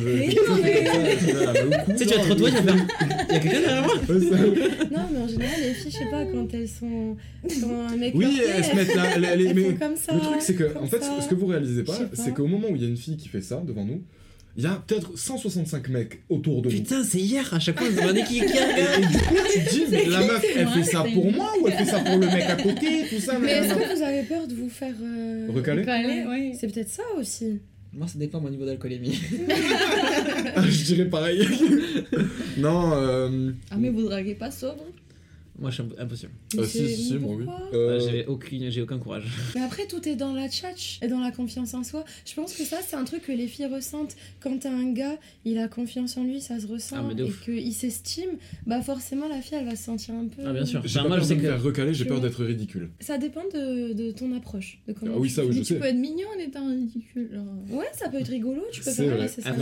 Tu sais, tu vas te retrouver, tu vas faire. Il y a quelqu'un derrière moi? Non, mais en général, les filles, je sais pas, quand elles sont. Quand un mec oui, elles se mettent là. Elles font comme ça. Le truc, c'est que, en fait, ce que vous réalisez pas, c'est qu'au moment où il y a une fille qui fait ça devant nous, il y a peut-être 165 mecs autour de nous. Putain, c'est hier, à chaque fois, vous demandez qui et du coup, tu te dis, mais la meuf, elle fait ça pour moi ou elle fait ça pour le mec à côté, tout ça. Mais est-ce que vous avez peur de vous faire. Recaler oui. C'est peut-être ça aussi. Moi, ça dépend de mon niveau d'alcoolémie. Je dirais pareil. Non. Ah, mais vous draguez pas sobre? Moi, je suis impossible. Si, moi oui. J'ai aucun courage. Mais après, tout est dans la tchatch et dans la confiance en soi. Je pense que ça, c'est un truc que les filles ressentent. Quand t'as un gars, il a confiance en lui, ça se ressent, et qu'il s'estime, bah forcément, la fille, elle va se sentir un peu... Ah, bien sûr. J'ai pas peur de me faire recaler, j'ai peur d'être ridicule. Ça dépend de ton approche. De comment oui, ça, oui, je sais. Tu peux être mignon en étant ridicule. Genre... Ouais, ça peut être rigolo, tu peux faire laisser ça.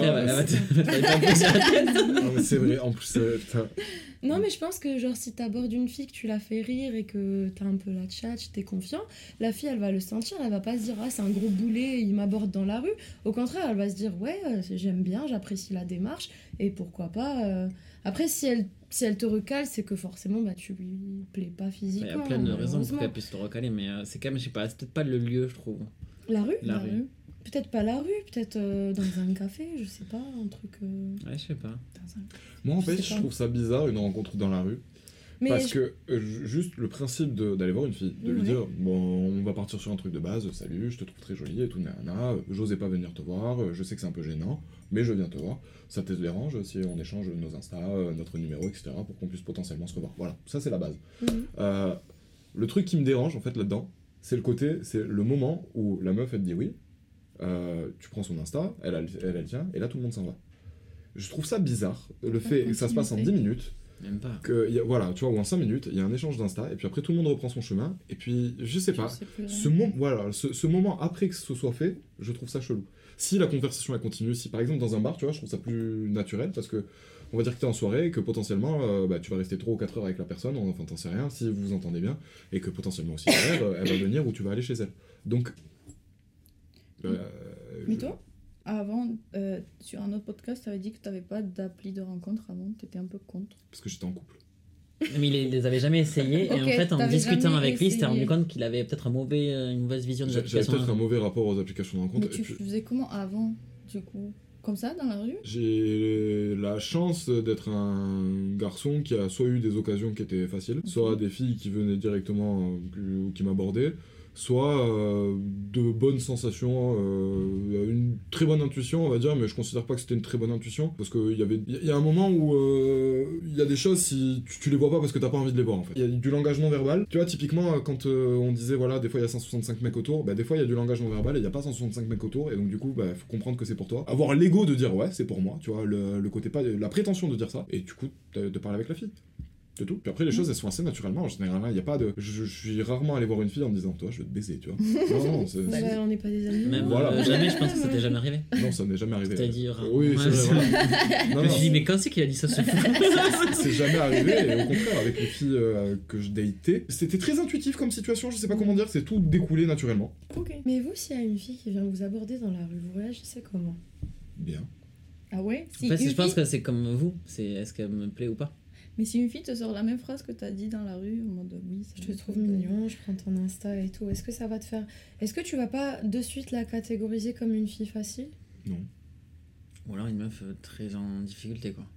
C'est vrai, en plus, non, mais je pense que genre si t'abordes une fille, que tu la fais rire et que t'as un peu la tchatch, t'es confiant, la fille elle va le sentir, elle va pas se dire ah c'est un gros boulet, il m'aborde dans la rue. Au contraire, elle va se dire ouais j'aime bien, j'apprécie la démarche et pourquoi pas. Après si elle te recale, c'est que forcément bah tu lui plais pas physiquement. Il y a plein de raisons pour qu'elle puisse te recaler, mais c'est quand même je sais pas, c'est peut-être pas le lieu je trouve. La rue. La rue. Peut-être pas la rue, peut-être dans un café, je sais pas, un truc... Ouais, je sais pas. Moi, en fait, je trouve ça bizarre, une rencontre dans la rue. Mais parce que juste le principe d'aller voir une fille, de lui dire, bon, on va partir sur un truc de base, salut, je te trouve très jolie et tout, nanana, j'osais pas venir te voir, je sais que c'est un peu gênant, mais je viens te voir. Ça te dérange si on échange nos Insta, notre numéro, etc., pour qu'on puisse potentiellement se revoir. Voilà, ça c'est la base. Le truc qui me dérange, en fait, là-dedans, c'est le moment où la meuf, elle te dit oui, tu prends son Insta, elle tient, et là tout le monde s'en va. Je trouve ça bizarre, le fait que ça se passe en 10 minutes, même pas. Voilà, tu vois, ou en 5 minutes, il y a un échange d'Insta, et puis après tout le monde reprend son chemin, et puis je sais pas, ce moment après que ce soit fait, je trouve ça chelou. Si la conversation elle continue, si par exemple dans un bar, tu vois, je trouve ça plus naturel, parce que on va dire que t'es en soirée, et que potentiellement tu vas rester 3 ou 4 heures avec la personne, enfin t'en sais rien, si vous vous entendez bien, et que potentiellement aussi elle va venir ou tu vas aller chez elle. Donc... Mais toi, avant, sur un autre podcast, tu avais dit que tu n'avais pas d'appli de rencontre avant, tu étais un peu contre. Parce que j'étais en couple. Mais il les avait jamais essayés, et Ok, en fait, en t'avais discutant jamais avec lui, il s'était rendu essayé. compte qu'il avait peut-être une mauvaise vision des J'avais applications. peut-être un mauvais rapport aux applications de rencontre. Mais et tu puis, faisais comment avant, du coup? Comme ça, dans la rue? j'ai la chance d'être un garçon qui a soit eu des occasions qui étaient faciles, soit des filles qui venaient directement ou qui m'abordaient, soit de bonnes sensations, une très bonne intuition, on va dire, mais je considère pas que c'était une très bonne intuition, parce qu'il y a un moment où il y a des choses, si tu les vois pas parce que t'as pas envie de les voir, en fait. Il y a du langagement verbal. Tu vois, typiquement, quand on disait, voilà, des fois il y a 165 mecs autour, bah des fois il y a du langagement verbal et il y a pas 165 mecs autour, et donc du coup, bah faut comprendre que c'est pour toi. Avoir l'ego de dire, ouais, c'est pour moi, tu vois, le côté pas, la prétention de dire ça, et du coup, de parler avec la fille. C'est tout. Puis après, les choses, elles se font assez naturellement. En général, il n'y a pas de. Je suis rarement allé voir une fille en me disant, toi, je vais te baiser, tu vois. Non, c'est. Ouais, on n'est pas des amis. Même Voilà. jamais, je pense que ça t'est jamais arrivé. Non, ça n'est jamais arrivé. T'as dit rarement. Oui, c'est Ouais, vrai. c'est- Voilà. Je Non, me suis dit, non, mais quand c'est qu'il a dit ça ce fou c'est jamais arrivé. Et au contraire, avec les filles que je datais, c'était très intuitif comme situation. Je sais pas comment dire. C'est tout découlé naturellement. Ok. Mais vous, s'il y a une fille qui vient vous aborder dans la rue, vous réagissez comment? Bien. Ah ouais? En fait, je pense que c'est comme vous, c'est est-ce qu'elle me plaît ou pas. Mais si une fille te sort la même phrase que t'as dit dans la rue, en mode oui, ça Je te me trouve plaît. mignon, je prends ton Insta et tout. Est-ce que ça va te faire... Est-ce que tu vas pas de suite la catégoriser comme une fille facile? Non. Ou alors une meuf très en difficulté, quoi.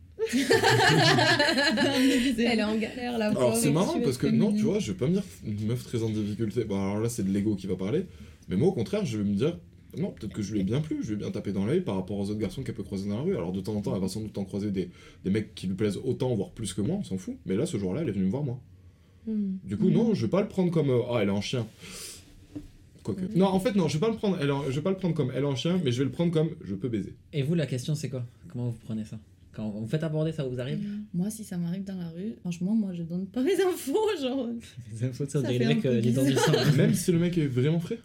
Elle est en galère, la Alors pauvre, c'est marrant tu parce que es non, féminine. tu vois, je vais pas me dire une meuf très en difficulté. Bon, alors là, c'est de l'ego qui va parler. Mais moi, au contraire, je vais me dire. Non, peut-être que je lui ai bien plu, je lui ai bien tapé dans l'œil par rapport aux autres garçons qu'elle peut croiser dans la rue. Alors de temps en temps, elle va sans doute en croiser des mecs qui lui plaisent autant, voire plus que moi, on s'en fout. Mais là, ce jour-là, elle est venue me voir moi. Du coup, non, je vais pas le prendre comme ah, elle est en chien. Quoique. Non, en fait, non, je vais pas le prendre. Je vais pas le prendre comme elle est en chien, mais je vais le prendre comme je peux baiser. Et vous, la question, c'est quoi? Comment vous prenez ça? Quand vous faites aborder, ça vous arrive? Moi, si ça m'arrive dans la rue, franchement, moi, je donne pas mes infos, genre. Les infos de ça, Ça les fait mecs un peu les dents du sang. Même si le mec est vraiment frais.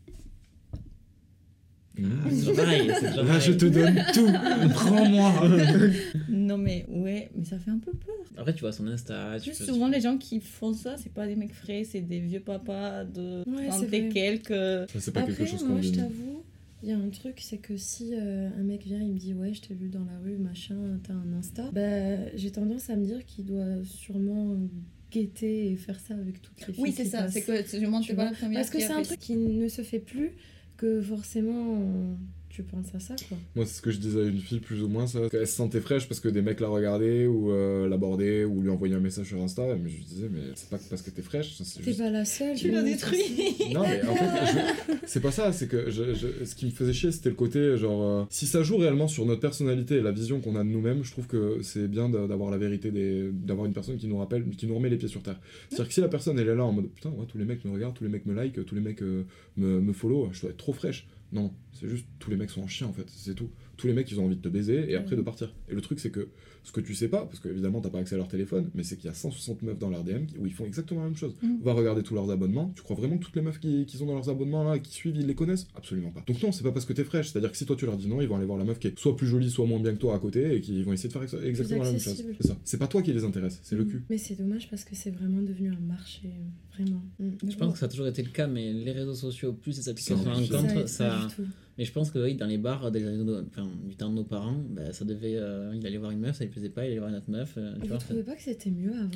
C'est toujours pareil, c'est toujours Là, je pareil. te donne tout. Prends-moi. Non, mais ouais, mais ça fait un peu peur. Après, tu vois son Insta, tu Plus peux... souvent, les gens qui font ça, c'est pas des mecs frais, c'est des vieux papas de Ouais, 30 c'est et vrai. quelques. Ça, c'est pas Après, quelque chose qu'on moi, je dit. t'avoue, il y a un truc, c'est que si un mec vient, il me dit « Ouais, je t'ai vu dans la rue, machin, t'as un Insta », bah, j'ai tendance à me dire qu'il doit sûrement guetter et faire ça avec toutes les filles Oui, c'est qui ça, passent. c'est que tu montres Tu pas vois, la première parce que qui c'est a un fait truc qui ne se fait plus, que forcément tu penses à ça, quoi. Moi, c'est ce que je disais à une fille, plus ou moins, ça. Qu'elle se sentait fraîche parce que des mecs la regardaient, ou l'abordaient, ou lui envoyaient un message sur Insta. Mais je lui disais, mais c'est pas parce que t'es fraîche, c'est T'es juste... pas la seule. Tu l'as détruit. Non, mais en fait, c'est pas ça, c'est que ce qui me faisait chier, c'était le côté, genre, si ça joue réellement sur notre personnalité et la vision qu'on a de nous-mêmes, je trouve que c'est bien d'avoir la vérité, d'avoir une personne qui nous rappelle, qui nous remet les pieds sur terre. C'est-à-dire que si la personne, elle est là en mode, putain, ouais, tous les mecs me regardent, tous les mecs me like, tous les mecs me follow, je dois être trop fraîche. Non, c'est juste, tous les mecs sont en chien, en fait, c'est tout. Tous les mecs, ils ont envie de te baiser, et après de partir. Et le truc, c'est que, ce que tu sais pas, parce qu'évidemment, t'as pas accès à leur téléphone, mais c'est qu'il y a 160 meufs dans leur DM où ils font exactement la même chose. Va regarder tous leurs abonnements. Tu crois vraiment que toutes les meufs qui sont dans leurs abonnements, là, qui suivent, ils les connaissent? Absolument pas. Donc non, c'est pas parce que t'es fraîche, c'est-à-dire que si toi tu leur dis non, ils vont aller voir la meuf qui est soit plus jolie, soit moins bien que toi à côté, et qui vont essayer de faire exactement la même chose. accessible. C'est ça. C'est pas toi qui les intéresse, c'est le cul. Mais c'est dommage parce que c'est vraiment devenu un marché, vraiment. Je pense que ça a toujours été le cas, mais les réseaux sociaux, plus les applications de Ça rencontre, aide ça... pas du tout. Mais je pense que oui, dans les bars du temps de nos parents, bah, ça devait... il allait voir une meuf, ça lui plaisait pas, il allait voir une autre meuf. Tu Vous vois, trouvez pas que c'était mieux avant?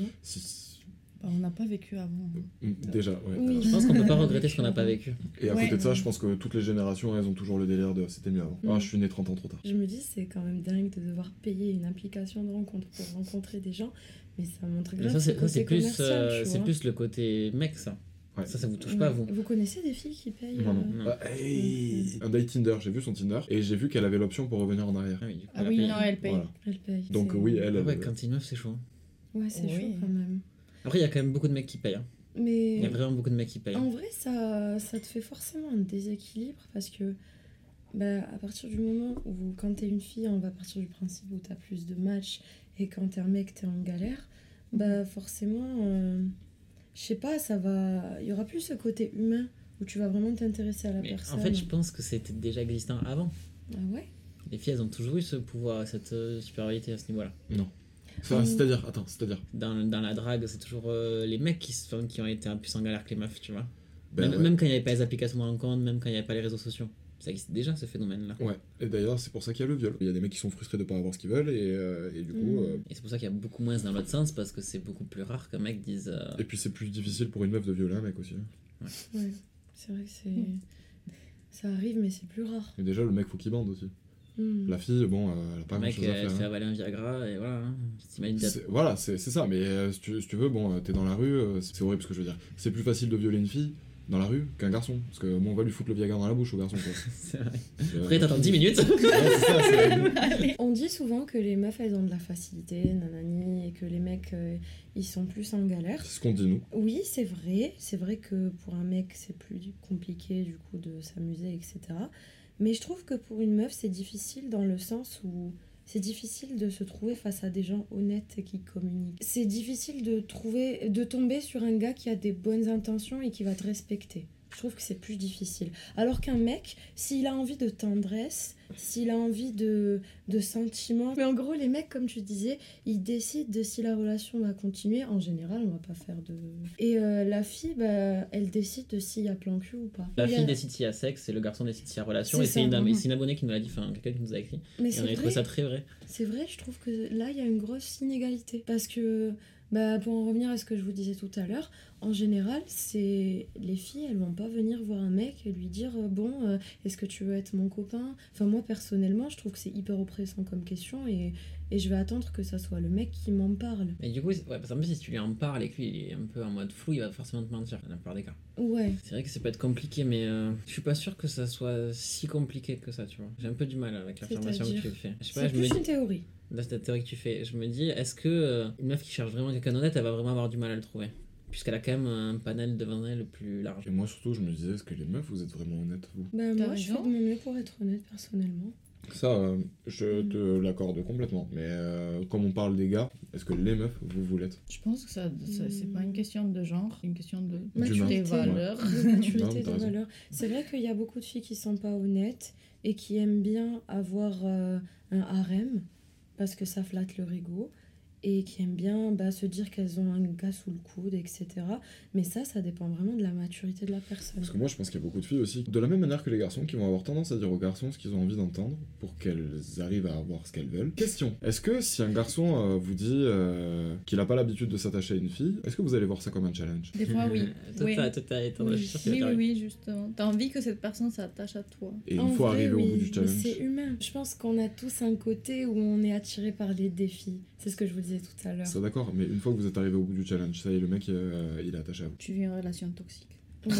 Bah, on n'a pas vécu avant. Déjà, ouais. Oui. je pense qu'on peut pas regretter ce qu'on n'a pas vécu. Et à Ouais. côté de ça, je pense que toutes les générations, elles ont toujours le délire de c'était mieux avant. Ah, je suis né 30 ans trop tard. Je me dis, c'est quand même dingue de devoir payer une application de rencontre pour rencontrer des gens, mais ça montre Mais grave ça, ce c'est côté plus, commercial, tu c'est vois. plus le côté mec, ça. Ouais. Ça vous touche pas, vous. Vous connaissez des filles qui payent Non, non. Non. Ah, hey. Un date Tinder, j'ai vu son Tinder, et j'ai vu qu'elle avait l'option pour revenir en arrière. Ah oui, du coup, Ah elle oui, a payé. non, elle paye. Voilà. Elle paye. Donc c'est- oui, elle... Ah ouais, quand il meuf, c'est chaud. Ouais, c'est Oui. chaud quand même. Après, il y a quand même beaucoup de mecs qui payent. Hein. Mais Il y a vraiment beaucoup de mecs qui payent. en vrai, ça te fait forcément un déséquilibre parce que bah, à partir du moment où, quand t'es une fille, on va partir du principe où t'as plus de matchs et quand t'es un mec, t'es en galère, bah forcément, je sais pas, il y aura plus ce côté humain où tu vas vraiment t'intéresser à la Mais personne. en fait, je pense que c'était déjà existant avant. Ah ouais? Les filles, elles ont toujours eu ce pouvoir, cette supériorité à ce niveau-là. Non. Enfin, c'est-à-dire, attends, c'est-à-dire... Dans la drague, c'est toujours les mecs qui ont été un peu plus en galère que les meufs, tu vois. Ben, ouais. Même quand il n'y avait pas les applications de rencontre, même quand il n'y avait pas les réseaux sociaux. Ça existe déjà, ce phénomène-là. Ouais, et d'ailleurs, c'est pour ça qu'il y a le viol. Il y a des mecs qui sont frustrés de pas avoir ce qu'ils veulent, et du coup... Et c'est pour ça qu'il y a beaucoup moins dans l'autre sens, parce que c'est beaucoup plus rare qu'un mec dise... Et puis c'est plus difficile pour une meuf de violer un mec aussi. Ouais, c'est vrai que ça arrive, mais c'est plus rare. Et déjà, le mec, faut qu'il bande aussi. La fille, bon, elle a pas grand chose à faire. Elle fait avaler un Viagra, et voilà. Hein. Voilà, c'est ça, mais si tu veux, bon, t'es dans la rue, c'est horrible ce que je veux dire. C'est plus facile de violer une fille dans la rue qu'un garçon, parce que bon, on va lui foutre le Viagra dans la bouche au garçon, quoi. C'est vrai. Après, t'attends 10 minutes. Ouais, c'est ça, On dit souvent que les meufs, elles ont de la facilité, nanani, et que les mecs, ils sont plus en galère. C'est ce qu'on dit, nous. Oui, c'est vrai. C'est vrai que pour un mec, c'est plus compliqué, du coup, de s'amuser, etc. Mais je trouve que pour une meuf, c'est difficile dans le sens où c'est difficile de se trouver face à des gens honnêtes et qui communiquent. C'est difficile de tomber sur un gars qui a des bonnes intentions et qui va te respecter. Je trouve que c'est plus difficile. Alors qu'un mec, s'il a envie de tendresse, s'il a envie de sentiments... Mais en gros, les mecs, comme tu disais, ils décident de si la relation va continuer. En général, on va pas faire de... Et la fille, bah, elle décide de s'il y a plan cul ou pas. La fille décide s'il y a sexe et le garçon décide s'il y a relation. Et c'est une abonnée qui nous l'a dit, enfin quelqu'un qui nous a écrit. Mais et on avait trouvé ça très vrai. C'est vrai, je trouve que là, il y a une grosse inégalité. Parce que... Bah, pour en revenir à ce que je vous disais tout à l'heure, en général, les filles, elles vont pas venir voir un mec et lui dire est-ce que tu veux être mon copain ? Enfin, moi, personnellement, je trouve que c'est hyper oppressant comme question et je vais attendre que ça soit le mec qui m'en parle. Et du coup, parce qu'en plus, si tu lui en parles et que lui, il est un peu en mode flou, il va forcément te mentir, dans la plupart des cas. Ouais. C'est vrai que ça peut être compliqué, mais je suis pas sûr que ça soit si compliqué que ça, tu vois. J'ai un peu du mal avec l'affirmation que tu fais. Je sais pas, c'est plus une théorie. Là, c'est la théorie que tu fais. Je me dis, est-ce que une meuf qui cherche vraiment quelqu'un d'honnête, elle va vraiment avoir du mal à le trouver ? Puisqu'elle a quand même un panel devant elle plus large. Et moi, surtout, je me disais, est-ce que les meufs, vous êtes vraiment honnêtes, vous ? Bah, moi, je fais de mon mieux pour être honnête, personnellement. Ça, je te l'accorde complètement. Mais comme on parle des gars, est-ce que les meufs, vous l'êtes ? Je pense que ça c'est pas une question de genre, c'est une question de maturité, des valeurs. Maturité des valeurs. C'est vrai qu'il y a beaucoup de filles qui sont pas honnêtes et qui aiment bien avoir un harem parce que ça flatte leur ego et qui aiment bien se dire qu'elles ont un gars sous le coude, etc. Mais ça dépend vraiment de la maturité de la personne. Parce que moi, je pense qu'il y a beaucoup de filles aussi, de la même manière que les garçons, qui vont avoir tendance à dire aux garçons ce qu'ils ont envie d'entendre pour qu'elles arrivent à avoir ce qu'elles veulent. Question, est-ce que si un garçon vous dit qu'il a pas l'habitude de s'attacher à une fille, est-ce que vous allez voir ça comme un challenge ? Des fois, oui. Oui, justement. T'as envie que cette personne s'attache à toi. Et une fois arrivé au bout du challenge... C'est humain. Je pense qu'on a tous un côté où on est attiré par les défis. C'est ce que je vous disais tout à l'heure. Ça d'accord, mais une fois que vous êtes arrivé au bout du challenge, ça y est, le mec, il est attaché à vous. Tu vis une relation toxique. Ouais.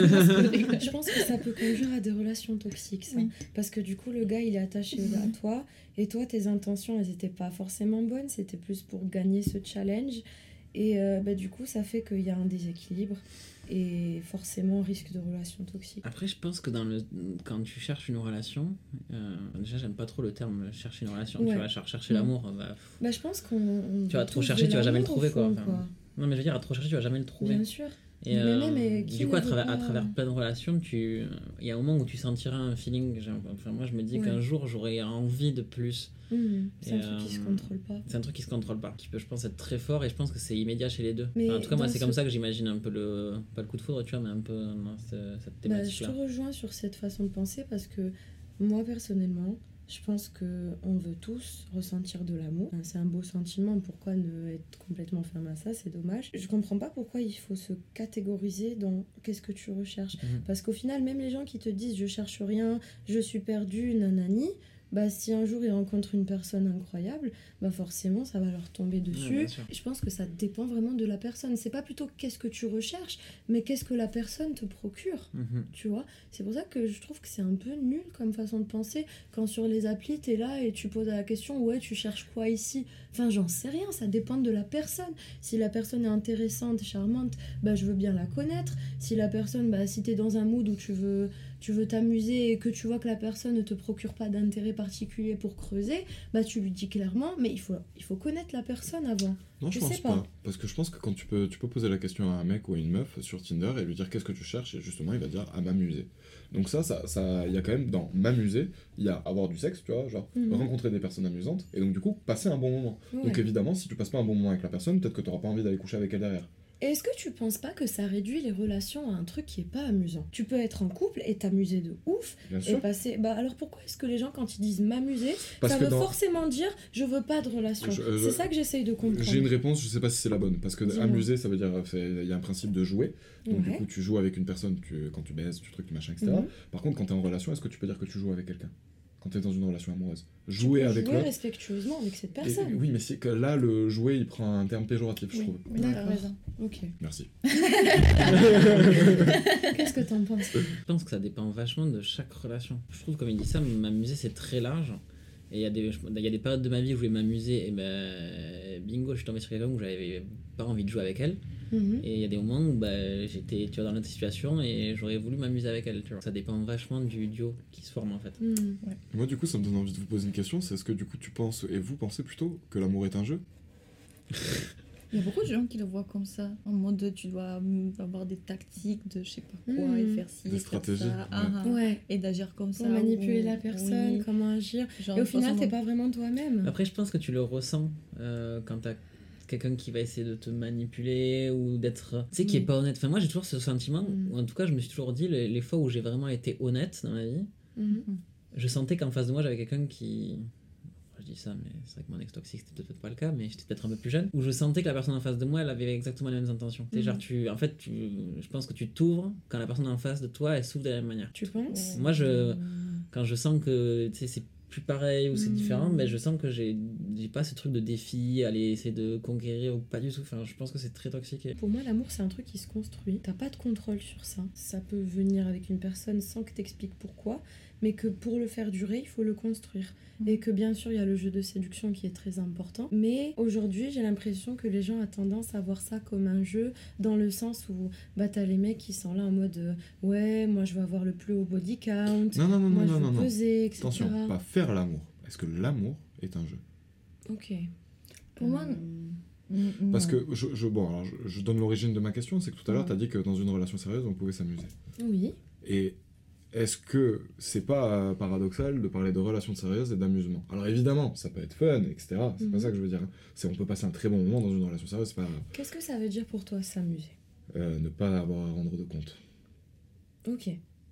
Je pense que ça peut conduire à des relations toxiques, ça. Oui. Parce que du coup, le gars, il est attaché à toi, et toi, tes intentions, elles étaient pas forcément bonnes, c'était plus pour gagner ce challenge. Et du coup, ça fait qu'il y a un déséquilibre et forcément risque de relation toxique. Après, je pense que quand tu cherches une relation, déjà, j'aime pas trop le terme chercher une relation. Ouais. Tu vas chercher l'amour. Je pense qu'on. Tu vas trop chercher, tu vas jamais le trouver, quoi. Non, mais je veux dire, à trop chercher, tu vas jamais le trouver. Bien sûr. Et du coup, à travers plein de relations, il y a un moment où tu sentiras un feeling. Moi, je me dis qu'un jour, j'aurais envie de plus. C'est un truc qui se contrôle pas. C'est un truc qui se contrôle pas, qui peut, je pense, être très fort, et je pense que c'est immédiat chez les deux. En tout cas, moi, c'est comme ça que j'imagine un peu pas le coup de foudre, tu vois, mais un peu cette thématique-là. Je te rejoins sur cette façon de penser parce que moi, personnellement, je pense qu'on veut tous ressentir de l'amour. C'est un beau sentiment, pourquoi ne être complètement fermé à ça, c'est dommage. Je comprends pas pourquoi il faut se catégoriser dans qu'est-ce que tu recherches. Parce qu'au final, même les gens qui te disent « je cherche rien, je suis perdu, nanani », si un jour ils rencontrent une personne incroyable, forcément ça va leur tomber dessus. Je pense que ça dépend vraiment de la personne. C'est pas plutôt qu'est-ce que tu recherches, mais qu'est-ce que la personne te procure. Tu vois, c'est pour ça que je trouve que c'est un peu nul comme façon de penser quand sur les applis t'es là et tu poses la question ouais tu cherches quoi ici. Enfin j'en sais rien, ça dépend de la personne. Si la personne est intéressante, charmante, je veux bien la connaître. Si la personne, si t'es dans un mood où tu veux t'amuser et que tu vois que la personne ne te procure pas d'intérêt particulier pour creuser, tu lui dis clairement, mais il faut connaître la personne avant. Non, je pense pas. Parce que je pense que quand tu peux poser la question à un mec ou à une meuf sur Tinder et lui dire qu'est-ce que tu cherches, et justement il va dire à m'amuser. Donc ça il y a quand même dans m'amuser, il y a avoir du sexe, tu vois, genre rencontrer des personnes amusantes et donc du coup passer un bon moment. Ouais. Donc évidemment, si tu passes pas un bon moment avec la personne, peut-être que t'auras pas envie d'aller coucher avec elle derrière. Est-ce que tu penses pas que ça réduit les relations à un truc qui est pas amusant? Tu peux être en couple et t'amuser de ouf Bien et sûr. passer. Bah alors pourquoi est-ce que les gens quand ils disent m'amuser, Parce ça que veut dans- forcément dire je veux pas de relation? C'est ça que j'essaye de comprendre. J'ai une réponse, je sais pas si c'est la bonne. Parce que Dis-moi. amuser, ça veut dire. Il y a un principe de jouer. Donc du Ouais. coup, tu joues avec une personne quand tu baises, tu trucs, tu machin, etc. Mhm. Par contre, quand t'es en relation, est-ce que tu peux dire que tu joues avec quelqu'un? Quand t'es dans une relation amoureuse. Tu Jouer peux avec jouer l'autre. respectueusement avec cette Et- personne. oui, mais c'est que là, le jouer, il prend un terme péjoratif, je Oui, trouve. oui, t'as D'accord. raison. Ok. Merci. Qu'est-ce que t'en penses? Je pense que ça dépend vachement de chaque relation. Je trouve, comme il dit ça, m'amuser c'est très large. Et il y a des périodes de ma vie où je voulais m'amuser, et ben bingo, je suis tombé sur quelqu'un où j'avais pas envie de jouer avec elle. Mhm. Et il y a des moments où j'étais dans notre situation et j'aurais voulu m'amuser avec elle. Tu vois. Ça dépend vachement du duo qui se forme en fait. Mhm. Moi, du coup, ça me donne envie de vous poser une question. C'est est-ce que du coup, tu penses, et vous pensez plutôt, que l'amour est un jeu? Il y a beaucoup de gens qui le voient comme ça, en mode tu dois avoir des tactiques de je sais pas quoi, et faire ci, Des faire stratégies, ça, ouais. ah, ah, Ouais. et d'agir comme ça. Pour manipuler ou- la personne, oui. comment agir. Genre, Et au final, forcément- t'es pas vraiment toi-même. Après, je pense que tu le ressens quand t'as quelqu'un qui va essayer de te manipuler ou d'être. Tu sais, qui est pas honnête. Enfin, moi, j'ai toujours ce sentiment, ou en tout cas, je me suis toujours dit, les fois où j'ai vraiment été honnête dans ma vie, Mhm. je sentais qu'en face de moi, j'avais quelqu'un qui. Je dis ça, mais c'est vrai que mon ex toxique, c'était peut-être pas le cas, mais j'étais peut-être un peu plus jeune. Où je sentais que la personne en face de moi, elle avait exactement les mêmes intentions. Tu sais, genre, je pense que tu t'ouvres quand la personne en face de toi, elle s'ouvre de la même manière. Tu penses? Moi, quand je sens que tu sais, c'est plus pareil ou c'est différent, mais je sens que j'ai pas ce truc de défi, aller essayer de conquérir ou pas du tout. Enfin, je pense que c'est très toxique. Pour moi, l'amour, c'est un truc qui se construit. T'as pas de contrôle sur ça. Ça peut venir avec une personne sans que t'expliques pourquoi, mais que pour le faire durer, il faut le construire. Et que bien sûr, il y a le jeu de séduction qui est très important. Mais aujourd'hui, j'ai l'impression que les gens ont tendance à voir ça comme un jeu, dans le sens où t'as les mecs qui sont là en mode ouais, moi je veux avoir le plus haut body count, Non, moi je veux non. peser, etc. Attention, pas faire l'amour. Est-ce que l'amour est un jeu? Ok. Pour moi, Parce que, je donne l'origine de ma question, c'est que tout à l'heure, Ouais. tu as dit que dans une relation sérieuse, on pouvait s'amuser. Oui. Et est-ce que c'est pas paradoxal de parler de relations sérieuses et d'amusement? Alors évidemment, ça peut être fun, etc. C'est pas ça que je veux dire. On peut passer un très bon moment dans une relation sérieuse, c'est pas Qu'est-ce que ça veut dire pour toi, s'amuser? ne pas avoir à rendre de compte. Ok.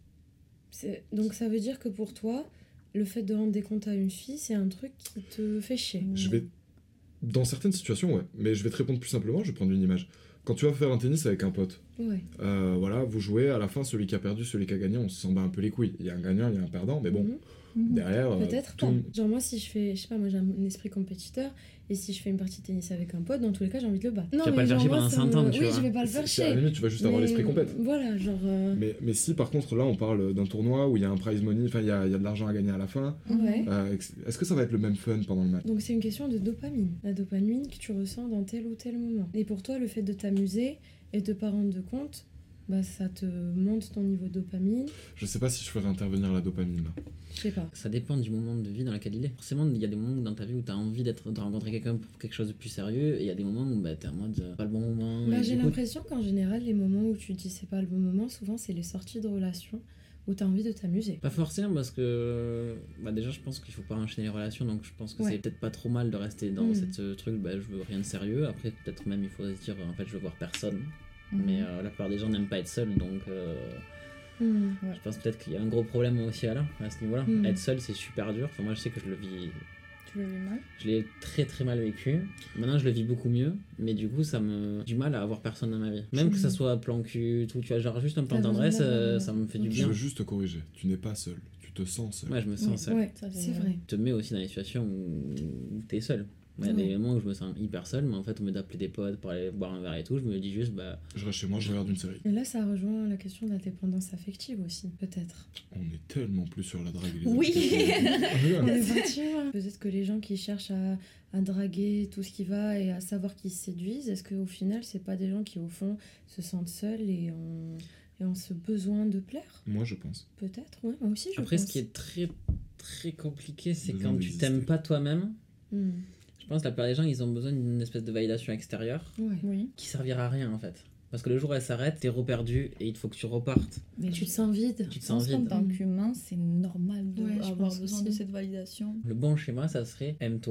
Donc ça veut dire que pour toi, le fait de rendre des comptes à une fille, c'est un truc qui te fait chier. Je vais... Dans certaines situations, ouais. Mais je vais te répondre plus simplement, je vais prendre une image. Quand tu vas faire un tennis avec un pote, Ouais. voilà, vous jouez, à la fin, celui qui a perdu, celui qui a gagné, on s'en bat un peu les couilles. Il y a un gagnant, il y a un perdant, mais bon, derrière... Peut-être tout- pas. Genre moi, si je fais, je sais pas, moi j'ai un esprit compétiteur, et si je fais une partie de tennis avec un pote, dans tous les cas, j'ai envie de le battre. Non, vas pas mais le faire genre, chier moi, pendant ça 100 me- ans, tu Oui, vois. je vais pas le faire c'est à la chier. limite, tu vas juste avoir Mais l'esprit compète. Voilà, genre... Mais si par contre là on parle d'un tournoi où il y a un prize money, enfin il y a de l'argent à gagner à la fin, Ouais. est-ce que ça va être le même fun pendant le match? Donc c'est une question de dopamine. La dopamine que tu ressens dans tel ou tel moment. Et pour toi, le fait de t'amuser et de pas rendre de compte, ça te monte ton niveau de dopamine. Je sais pas si je ferais intervenir la dopamine là. Je sais pas. Ça dépend du moment de vie dans lequel il est. Forcément, il y a des moments dans ta vie où tu as envie de rencontrer quelqu'un pour quelque chose de plus sérieux, et il y a des moments où tu es en mode pas le bon moment. et J'ai du coup, l'impression qu'en général, les moments où tu te dis c'est pas le bon moment, souvent c'est les sorties de relations où t'as envie de t'amuser. pas forcément, parce que déjà je pense qu'il faut pas enchaîner les relations, donc je pense que Ouais. c'est peut-être pas trop mal de rester dans cette truc, je veux rien de sérieux. Après peut-être même il faut se dire en fait je veux voir personne, mais la plupart des gens n'aiment pas être seuls, donc je pense peut-être qu'il y a un gros problème aussi à ce niveau-là. Être seul c'est super dur, enfin moi je sais que je le vis, tu le vis mal. je l'ai très très mal vécu. Maintenant je le vis beaucoup mieux, mais du coup ça me du mal à avoir personne dans ma vie, même que ça soit plan cul, tout, tu vois, genre juste un plan T'as tendresse, vraiment- ça me fait du Je bien. veux juste te corriger, tu n'es pas seul, tu te sens seul. Ouais, je me sens seul. Ouais, Ça, c'est c'est vrai. Te mets aussi dans des situations où t'es seul. Il y a des moments où je me sens hyper seul, mais en fait, au lieu d'appeler des potes pour aller boire un verre et tout, je me dis juste, Je reste chez moi, je regarde une série. Et là, ça rejoint la question de la dépendance affective aussi, peut-être. On est tellement plus sur la drague. les Oui. amis. On est parti, ouais. Peut-être que les gens qui cherchent à draguer tout ce qui va et à savoir qu'ils se séduisent, est-ce qu'au final, c'est pas des gens qui, au fond, se sentent seuls et ont ce besoin de plaire? Moi je pense. Peut-être, ouais, moi aussi, je Après, pense. ce qui est très très compliqué, c'est Besoin quand tu d'exister. t'aimes pas toi-même. Hmm. Je pense que la plupart des gens, ils ont besoin d'une espèce de validation extérieure Ouais. Oui. qui servira à rien en fait. Parce que le jour où elle s'arrête, t'es reperdu et il faut que tu repartes. Mais Tu te sens vide. Tu te Je pense sens qu'en vide. tant qu'humain, c'est normal Ouais, je d'avoir pense besoin aussi. de cette validation. Le bon schéma, ça serait aime-toi,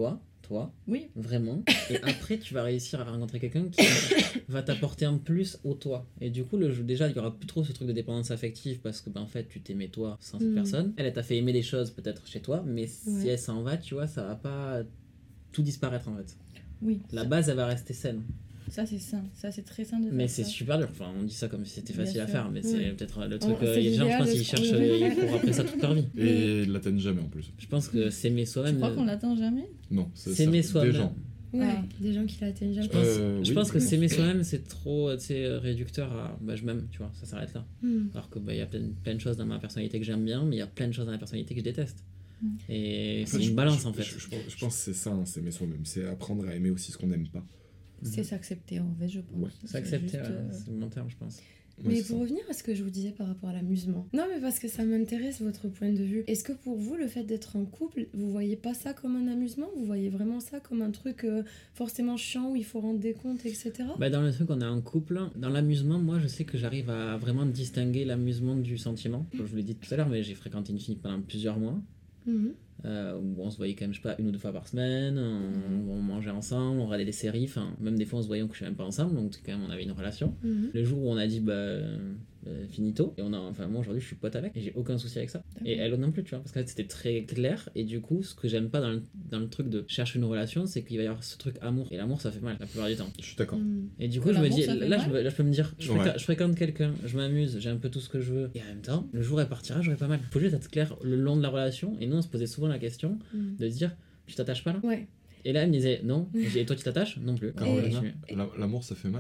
toi, Oui. vraiment, et après tu vas réussir à rencontrer quelqu'un qui va t'apporter un plus au toi. Et du coup, déjà, il y aura plus trop ce truc de dépendance affective parce que en fait, tu t'aimais toi sans cette personne. Elle t'a fait aimer des choses peut-être chez toi, mais si elle s'en va, tu vois, ça va pas tout disparaître en fait. Oui. La base, elle va rester saine. Ça, c'est sain. Ça, c'est très sain de faire Mais ça. c'est super dur. Enfin, on dit ça comme si c'était facile à faire, mais c'est peut-être le truc. c'est Les gens, je pense, l'idéal, ils cherchent, ils courent après ça toute leur vie. Et ils l'atteignent jamais en plus. Je pense que s'aimer Tu soi-même. crois qu'on l'attend jamais? Non, c'est S'aimer ça. soi-même. Des gens. Ouais, Ah. des gens qui l'atteignent jamais. Je Oui. pense que s'aimer soi-même, c'est trop réducteur à je m'aime, tu vois, ça s'arrête là. Alors que il y a plein de choses dans ma personnalité que j'aime bien, mais il y a plein de choses dans ma personnalité que je déteste. Et c'est une balance en fait. Je pense que c'est ça, hein, s'aimer soi-même. C'est apprendre à aimer aussi ce qu'on n'aime pas. C'est s'accepter en fait, je pense. Ouais. S'accepter, juste, c'est mon terme, je pense. Mais Ouais, pour revenir à ce que je vous disais par rapport à l'amusement. Non, mais parce que ça m'intéresse votre point de vue. Est-ce que pour vous, le fait d'être en couple, vous voyez pas ça comme un amusement? Vous voyez vraiment ça comme un truc forcément chiant où il faut rendre des comptes, etc. Dans le truc, on est en couple. Dans l'amusement, moi, je sais que j'arrive à vraiment distinguer l'amusement du sentiment. Je vous l'ai dit tout à l'heure, mais j'ai fréquenté une fille pendant plusieurs mois. Où on se voyait quand même, je sais pas, 1 ou 2 fois par semaine, on mangeait ensemble, on regardait des séries, même des fois on se voyait, on couchait même pas ensemble, donc quand même on avait une relation. Le jour où on a dit finito, et moi aujourd'hui je suis pote avec, et j'ai aucun souci avec ça. Et elle non plus, tu vois, parce qu'en fait c'était très clair, et du coup ce que j'aime pas dans le truc de chercher une relation, c'est qu'il va y avoir ce truc amour, et l'amour ça fait mal la plupart du temps. Je suis d'accord. Et du coup, je me dis, là, je peux me dire, je fréquente quelqu'un, je m'amuse, j'ai un peu tout ce que je veux. Et en même temps, le jour où elle partira, j'aurai pas mal. Faut juste être clair le long de la relation. Et nous, on se posait souvent la question de se dire, tu t'attaches pas là? Ouais. Et là, elle me disait, non. Et toi, tu t'attaches? Non plus. L'amour, ça fait mal?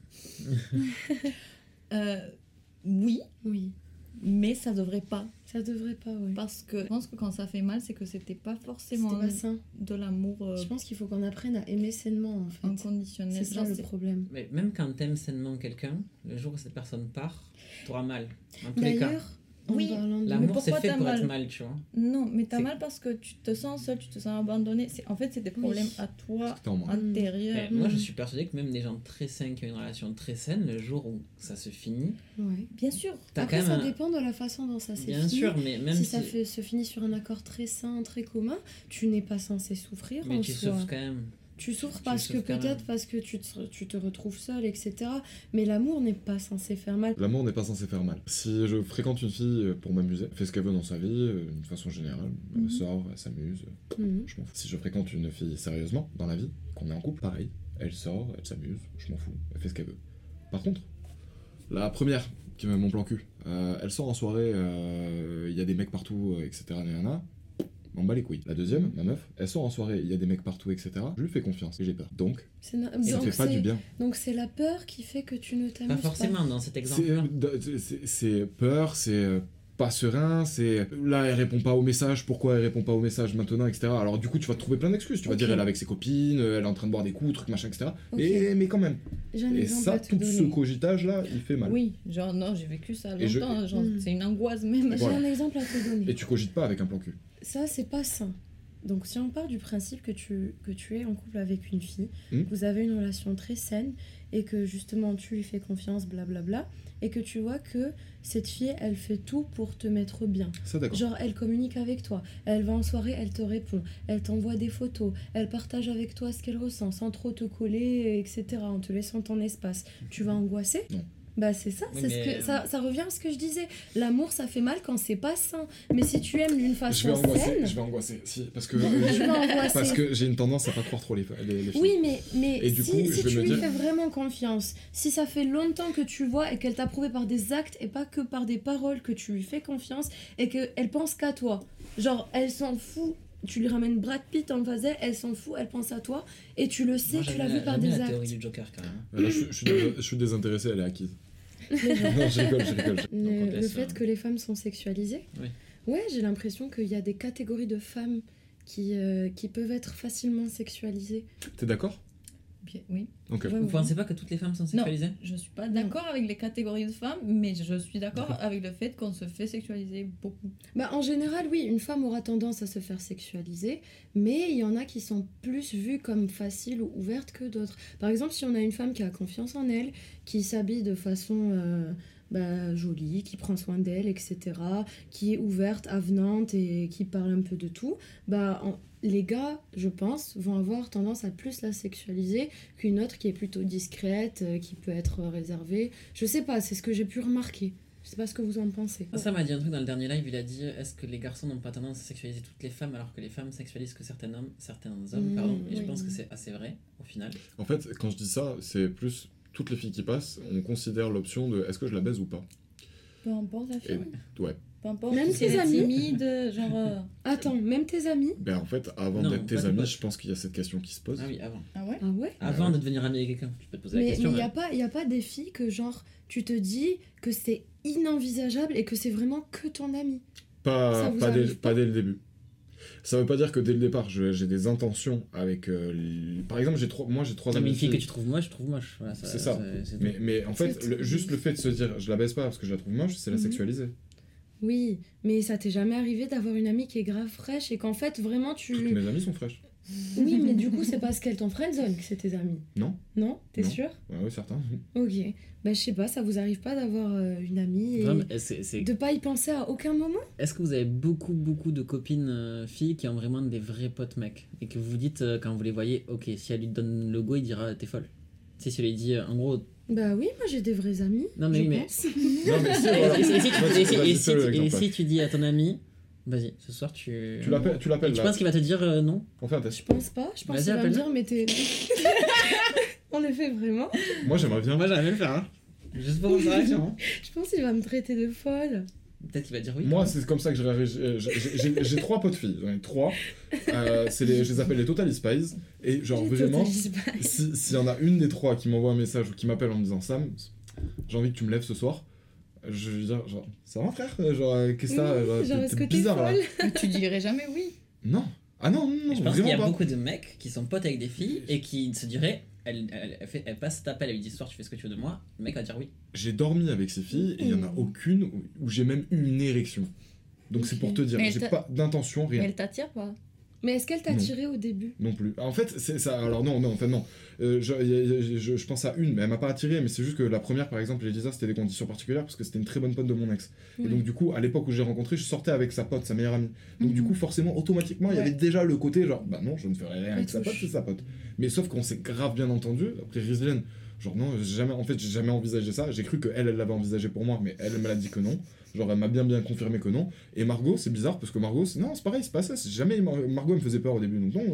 Oui, Oui. mais ça devrait pas. Ça devrait pas, ouais. Parce que je pense que quand ça fait mal, c'est que c'était pas forcément C'était pas sain. de l'amour Je pense qu'il faut qu'on apprenne à aimer sainement, en fait. inconditionnel. C'est ça le problème. Mais même quand t'aimes sainement quelqu'un, le jour où cette personne part, t'auras mal. Dans tous les cas. D'ailleurs, en Oui, parlant de... L'amour, c'est pourquoi fait t'as pour mal? être mal, tu vois. Non, mais t'as C'est- mal parce que tu te sens seul, tu te sens abandonné. En fait, c'est des problèmes à toi, T'es en manque. intérieurs. Mais moi, je suis persuadé que même des gens très sains qui ont une relation très saine, le jour où ça se finit, Ouais. Bien sûr. t'as Après, quand même ça dépend de la façon dont ça s'est Bien fini. sûr, mais même si ça se finit sur un accord très sain, très commun, tu n'es pas censé souffrir mais en tu soi. souffres quand même. Tu souffres Tu parce que souffres quand peut-être même. parce que tu te retrouves seul, etc. Mais l'amour n'est pas censé faire mal. L'amour n'est pas censé faire mal. Si je fréquente une fille pour m'amuser, elle fait ce qu'elle veut dans sa vie, d'une façon générale, elle sort, elle s'amuse, Mhm. je m'en fous. Si je fréquente une fille sérieusement, dans la vie, qu'on est en couple, pareil, elle sort, elle s'amuse, je m'en fous, elle fait ce qu'elle veut. Par contre, la première, qui met mon plan cul, elle sort en soirée, il y a des mecs partout, etc. Nanana, m'en bats les couilles. La deuxième, ma meuf, elle sort en soirée, il y a des mecs partout, etc. Je lui fais confiance et j'ai peur. Donc, C'est na- ça donc fait pas c'est- du bien. Donc c'est la peur qui fait que tu ne t'amuses Pas forcément dans cet exemple-là. C'est peur, c'est pas serein, c'est là elle répond pas au message, pourquoi elle répond pas au message maintenant, etc. Alors du coup tu vas te trouver plein d'excuses, tu vas Ok. dire elle est avec ses copines, elle est en train de boire des coups, trucs machin, etc. Ok. Mais quand même. J'ai un Et exemple ça, à te tout ce donner. cogitage là, il fait mal. Oui, genre non, j'ai vécu ça Et je- longtemps, genre, Mm. c'est une angoisse même. J'ai Voilà. un exemple à te donner. Et tu cogites pas avec un plan cul. Ça, c'est pas sain. Donc, si on part du principe que tu es en couple avec une fille, Mm. vous avez une relation très saine et que justement tu lui fais confiance, blablabla, et que tu vois que cette fille, elle fait tout pour te mettre bien. Ça d'accord. Genre, elle communique avec toi, elle va en soirée, elle te répond, elle t'envoie des photos, elle partage avec toi ce qu'elle ressent sans trop te coller, etc., en te laissant ton espace. Tu vas angoisser? Non. Bah c'est ça, Oui, c'est mais- ce que ça revient à ce que je disais. L'amour ça fait mal quand c'est pas sain, mais si tu aimes d'une Je façon vais angoisser, saine, je vais angoisser. Si, parce que je vais angoisser. parce que j'ai une tendance à pas croire trop les filles. Oui, mais Et du si, coup, si je vais tu me lui dire- fais vraiment confiance, si ça fait longtemps que tu vois et qu'elle t'a prouvé par des actes et pas que par des paroles que tu lui fais confiance et qu'elle pense qu'à toi, genre elle s'en fout, tu lui ramènes Brad Pitt en face d'elle, elle s'en fout, elle pense à toi et tu le sais, Moi, tu j'aime l'as bien- vu par j'aime bien des la actes. théorie du Joker quand même. Là, je suis désintéressé, elle est acquise. Non, je rigole. on Le laisse, fait que les femmes sont sexualisées, Oui. ouais, j'ai l'impression qu'il y a des catégories de femmes qui peuvent être facilement sexualisées. T'es d'accord? Bien, oui. Ok. Ouais, Vous ouais. pensez pas que toutes les femmes sont sexualisées? Je suis pas d'accord avec les catégories de femmes, mais je suis d'accord avec le fait qu'on se fait sexualiser beaucoup. Bah, en général, oui, une femme aura tendance à se faire sexualiser, mais il y en a qui sont plus vues comme faciles ou ouvertes que d'autres. Par exemple, si on a une femme qui a confiance en elle, qui s'habille de façon jolie, qui prend soin d'elle, etc., qui est ouverte, avenante et qui parle un peu de tout, les gars, je pense, vont avoir tendance à plus la sexualiser qu'une autre qui est plutôt discrète, qui peut être réservée. Je sais pas, c'est ce que j'ai pu remarquer. Je sais pas ce que vous en pensez. Ça m'a dit un truc dans le dernier live, il a dit est-ce que les garçons n'ont pas tendance à sexualiser toutes les femmes alors que les femmes sexualisent que certains hommes, et je pense que c'est assez vrai au final. En fait, quand je dis ça, c'est plus toutes les filles qui passent, on considère l'option de est-ce que je la baise ou pas. Peu importe la fille. Ouais. Peu importe même si tes amis timide, genre... Attends, même tes amis? Ben en fait, avant d'être tes amis, je pense qu'il y a cette question qui se pose. Ah oui, avant. Ah ouais? Ah ouais? Avant de devenir ami avec quelqu'un, tu peux te poser la Mais question. il y a pas des filles que genre, tu te dis que c'est inenvisageable et que c'est vraiment que ton ami. Pas dès le début. Ça veut pas dire que dès le départ, j'ai des intentions avec... Par exemple, j'ai trois amis. Une fille que tu trouves moche, je trouve moche. Voilà, c'est ça. Mais en fait, juste le fait de se dire je la baise pas parce que je la trouve moche, c'est la sexualiser. Oui, mais ça t'est jamais arrivé d'avoir une amie qui est grave fraîche et qu'en fait, vraiment, tu... Toutes mes amies sont fraîches. Oui, mais du coup, c'est parce qu'elles t'ont friendzone que c'est tes amis. Non. Non? T'es sûr? Ouais, certains. Ok. Bah, je sais pas, ça vous arrive pas d'avoir une amie et Vraiment, de pas y penser à aucun moment? Est-ce que vous avez beaucoup de copines filles qui ont vraiment des vrais potes mecs et que vous dites quand vous les voyez, ok, si elle lui donne le go, il dira t'es folle. Tu sais, si elle lui dit en gros. Bah oui, moi j'ai des vrais amis. Non mais je oui, pense. Non mais c'est et si tu dis à ton ami, vas-y, ce soir tu l'appelles. Tu penses qu'il va te dire non? On fait un test. Je pense pas. Je pense qu'il va me dire mais t'es. On le fait vraiment. Moi j'aimerais bien. Moi j'aimerais le faire. Hein. Juste pour sa réaction. Je pense qu'il va me traiter de folle. Peut-être qu'il va dire oui. Moi, c'est comme ça que je réagis. J'ai 3 potes filles. J'en ai 3. Je les appelle les Totally Spies. Et genre, vraiment, s'il y en a une des 3 qui m'envoie un message ou qui m'appelle en me disant Sam, j'ai envie que tu me lèves ce soir. Je vais dire, genre, ça va frère? Genre, qu'est-ce que ça? Genre, est-ce que t'es bizarre folle? là. Mais tu dirais jamais oui. Non. Ah non, je pense qu'il y a pas. beaucoup de mecs qui sont potes avec des filles et qui se diraient. Elle passe cet appel, elle lui dit ce soir tu fais ce que tu veux de moi, le mec va dire oui. J'ai dormi avec ces filles et il y en a aucune où j'ai même eu une érection. Donc c'est pour te dire, j'ai pas d'intention, rien. Mais elle t'attire pas? Mais est-ce qu'elle t'a tiré au début? Non plus. En fait, c'est ça. Alors non. Je pense à une, mais elle m'a pas attiré. Mais c'est juste que la première, par exemple, Elisa, c'était des conditions particulières parce que c'était une très bonne pote de mon ex. Et donc du coup, à l'époque où j'ai rencontré, je sortais avec sa pote, sa meilleure amie. Donc du coup, forcément, automatiquement, il y avait déjà le côté genre, bah non, je ne ferai rien avec sa pote, c'est sa pote. Mais sauf qu'on s'est grave bien entendu. Après Rizlène, genre non, j'ai jamais envisagé ça. J'ai cru que elle l'avait envisagé pour moi, mais elle me l'a dit que non. Genre elle m'a bien confirmé que non. Et Margot, c'est bizarre parce que Margot, c'est pareil, c'est pas ça. Margot elle me faisait peur au début, donc non.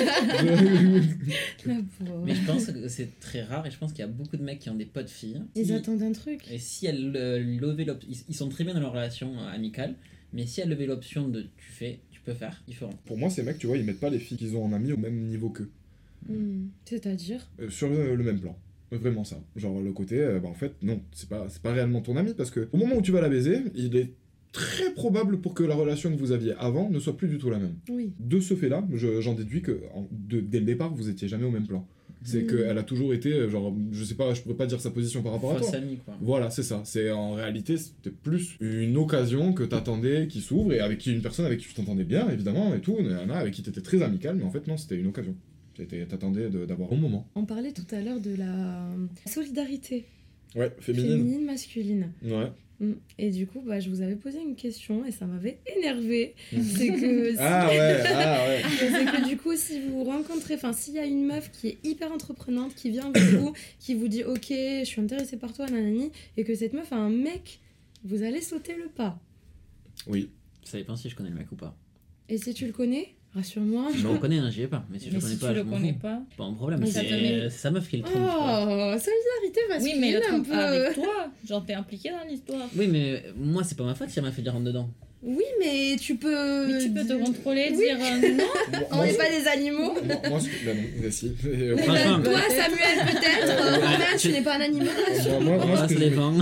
Mais je pense que c'est très rare et je pense qu'il y a beaucoup de mecs qui ont des potes filles. Ils attendent un truc. Et si elle levait l'option, ils sont très bien dans leur relation amicale, mais si elle levait l'option de tu peux faire, ils feront. Pour moi, ces mecs, tu vois, ils mettent pas les filles qu'ils ont en amis au même niveau qu'eux. C'est-à-dire sur le même plan. Vraiment ça. Genre le côté, en fait, non, c'est pas réellement ton ami parce que au moment où tu vas la baiser, il est très probable pour que la relation que vous aviez avant ne soit plus du tout la même. Oui. De ce fait-là, j'en déduis que dès le départ, vous étiez jamais au même plan. C'est qu'elle a toujours été, genre, je sais pas, je pourrais pas dire sa position par rapport à toi. Amie, quoi. Voilà, c'est ça. C'est en réalité, c'était plus une occasion que t'attendais qui s'ouvre et avec qui une personne avec qui tu t'entendais bien, évidemment, et tout, avec qui t'étais très amical, mais en fait, non, c'était une occasion. T'attendais d'avoir un bon moment. On parlait tout à l'heure de la solidarité. Ouais, féminine. Masculine. Ouais. Et du coup, je vous avais posé une question et ça m'avait énervé. C'est que... Ah ouais. C'est que du coup, si vous rencontrez... Enfin, s'il y a une meuf qui est hyper entreprenante, qui vient vers vous, qui vous dit « Ok, je suis intéressée par toi, nanani », et que cette meuf a un mec, vous allez sauter le pas. Oui. Ça dépend si je connais le mec ou pas. Et si tu le connais ? Rassure-moi. Je le connais, j'y vais pas. Mais si je le connais pas, je m'en fous. Pas un problème. C'est sa meuf qui le trompe. Oh, solidarité masculine. Oui, mais le un peu. avec toi. Genre, t'es impliqué dans l'histoire. Oui, mais moi, c'est pas ma faute si elle m'a fait dire rentre dedans. Oui, mais tu peux... Mais tu peux te contrôler, dire non. On n'est pas des animaux. Moi, non, si. Toi, Samuel, peut-être. Tu n'es pas un animal. Moi, ça dépend.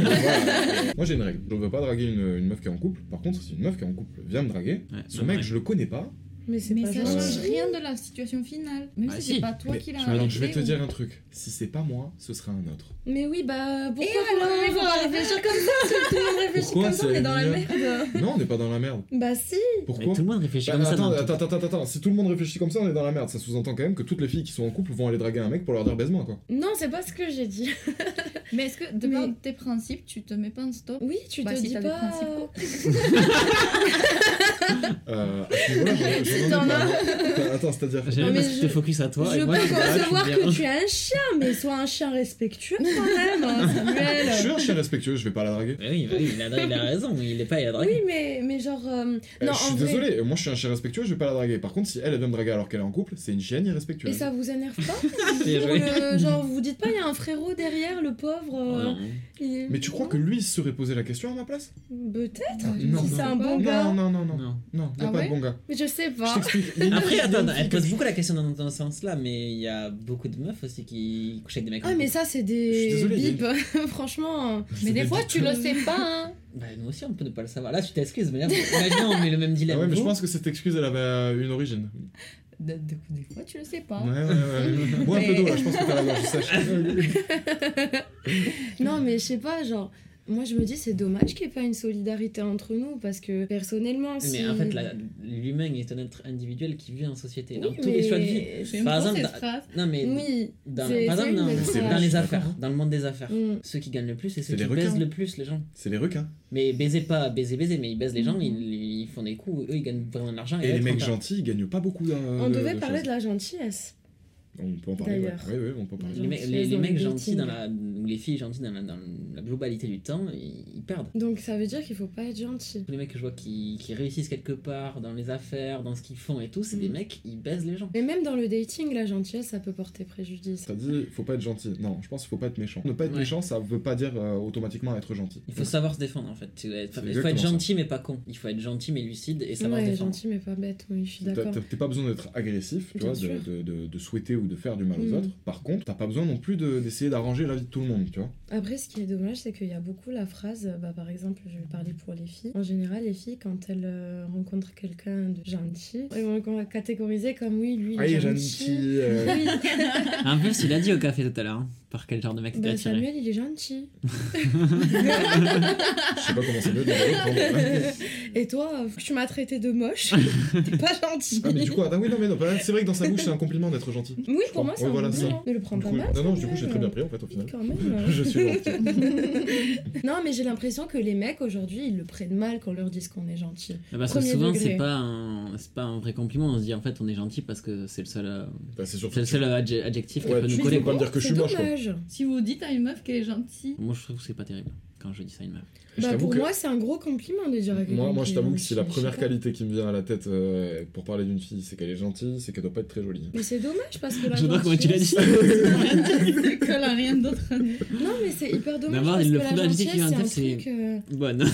Moi, j'ai une règle. Je ne veux pas draguer une meuf qui est en couple. Par contre, si une meuf qui est en couple vient me draguer, ce mec, je le connais pas. Mais ça change rien de la situation finale. Même si c'est pas toi qui l'as arrêté. Alors je vais te dire un truc. Si c'est pas moi, ce sera un autre. Mais oui, pourquoi il faut pas réfléchir comme ça. Tout le monde réfléchit comme ça, on est dans la merde. Non, on n'est pas dans la merde. Bah si. Pourquoi? Mais tout le monde réfléchit comme ça. Attends. Si tout le monde réfléchit comme ça, on est dans la merde. Ça sous-entend quand même que toutes les filles qui sont en couple vont aller draguer un mec pour leur dire baise-moi, quoi. Non, c'est pas ce que j'ai dit. Mais est-ce que de par tes principes, tu te mets pas un stop? Oui, tu te dis pas. À ce niveau-là, si t'en as. Attends, c'est-à-dire. J'aime Non, mais parce que je te focus à toi. Je et peux moi, je suis là, concevoir je suis que bien. tu es un chien, mais sois un chien respectueux quand même, hein, Samuel. Je suis un chien respectueux, je vais pas la draguer. Oui, il a raison, il est pas à draguer. Oui, mais genre. Non, Je en suis vrai. désolé, moi je suis un chien respectueux, je vais pas la draguer. Par contre, si elle vient me draguer alors qu'elle est en couple, c'est une chienne Et irrespectueuse. ça vous énerve pas Bien Pour joué. genre, vous dites pas, il y a un frérot derrière, le pauvre. Oh, non. Mais tu crois que lui se serait posé la question à ma place? Peut-être. Non, Si non. c'est un bon Non, gars. non, Non. y a Ah pas ouais de bon gars. Mais je sais Je pas. t'explique. Il y a une- Après, il y a une attends, fille elle que pose je- beaucoup la question dans ce sens-là, mais il y a beaucoup de meufs aussi qui couchent avec des mecs. Ah, mais ça, c'est Je suis des désolé, bips. Franchement. Mais des des fois, bips. tu le sais pas, hein. Bah, nous aussi, on peut ne pas le savoir. Là, tu t'excuses, mais là, imaginons, on met le même dilemme. Ah ouais, mais je Vous, pense que cette excuse, elle avait une origine. Des fois, tu le sais pas. Ouais. Bois un peu d'eau là, je pense que t'as la gorge sèche. Non, mais je sais pas, genre. Moi, je me dis, c'est dommage qu'il n'y ait pas une solidarité entre nous, parce que personnellement, si. Mais en fait, l'humain est un être individuel qui vit en société. Dans Oui, tous les choix de vie. mais- J'aime Par trop exemple, cette phrase. Non, mais Oui. dans, c'est- par c'est exemple, une dans, belle C'est phrase. vrai, dans je les suis affaires, d'accord. dans le monde des affaires, Mm. ceux qui gagnent le plus, c'est C'est ceux les qui requins. baisent le plus les gens. C'est les requins. Mais baiser pas, baiser, mais ils baisent les gens, ils font des coups, eux ils gagnent vraiment de l'argent. Et les être mecs rentables. gentils, ils gagnent pas beaucoup On devait parler choses. de la gentillesse. On peut en parler, ouais. D'ailleurs. Oui, on peut en parler. Les, mecs- Gentillesse dans mecs le gentils dating. ou les filles gentilles dans la globalité du temps, ils perdent. Donc ça veut dire qu'il faut pas être gentil. Tous les mecs que je vois qui réussissent quelque part dans les affaires, dans ce qu'ils font et tout, c'est des mecs, ils baisent les gens. Mais même dans le dating, la gentillesse, ça peut porter préjudice. T'as dit, faut pas être gentil. Non, je pense qu'il faut pas être méchant. Ne pas être Ouais. méchant, ça veut pas dire automatiquement être gentil. Il faut savoir se défendre en fait. Il faut exactement être ça. gentil mais pas con. Il faut être gentil mais lucide et savoir se Ouais, défendre. gentil mais pas bête, oui, je suis d'accord. T'as pas besoin d'être agressif, tu Bien vois, sûr. de souhaiter ou de faire du mal aux Mm. autres. Par contre, t'as pas besoin non plus d'essayer d'arranger la vie de tout le monde, tu vois. Après, ce qui est dommage, c'est qu'il y a beaucoup la phrase, par exemple, je vais parler pour les filles. En général, les filles, quand elles rencontrent quelqu'un de gentil, elles vont le catégoriser comme oui, lui, il est gentil. Oui. Un peu, il a dit au café tout à l'heure. Hein. Par quel genre de mec t'es Bah, attiré. Samuel, il est gentil. Je sais pas comment c'est mieux de le reprendre. Et toi, tu m'as traité de moche. T'es pas gentil. Ah, mais du coup, oui, non, mais non, c'est vrai que dans sa bouche, c'est un compliment d'être gentil. Oui, pour moi, Ouais, c'est un voilà, compliment. ça. Ne le prends Du pas coup, mal. non, du Samuel. coup, j'ai très bien pris en fait au final. Quand même. Je suis gentil. Non, mais j'ai l'impression que les mecs aujourd'hui, ils le prennent mal qu'on leur dise qu'on est gentil. Parce que Premier souvent degré. c'est pas un vrai compliment. On se dit en fait on est gentil parce que c'est le seul, Bah, c'est surtout c'est le seul adjectif qui Ouais, peut tu nous peux coller. pas Quoi. me dire que je C'est suis moche, quoi. dommage. Si vous dites à une meuf qu'elle est gentille. Moi je trouve que c'est pas terrible quand je dis ça à une meuf. Je Bah, t'avoue pour que- moi, c'est un gros compliment de dire à quelqu'un Moi, qui je est t'avoue que gentil, si la je sais première pas. qualité qui me vient à la tête pour parler d'une fille, c'est qu'elle est gentille, c'est qu'elle doit pas être très jolie. Mais c'est dommage parce que la J'adore comment tu l'as dit. C'est qu'elle a rien d'autre à dire. Non, mais c'est hyper dommage D'abord, parce le que la premier adjectif qui gentillesse, vient en c'est tête, un truc... Bonne.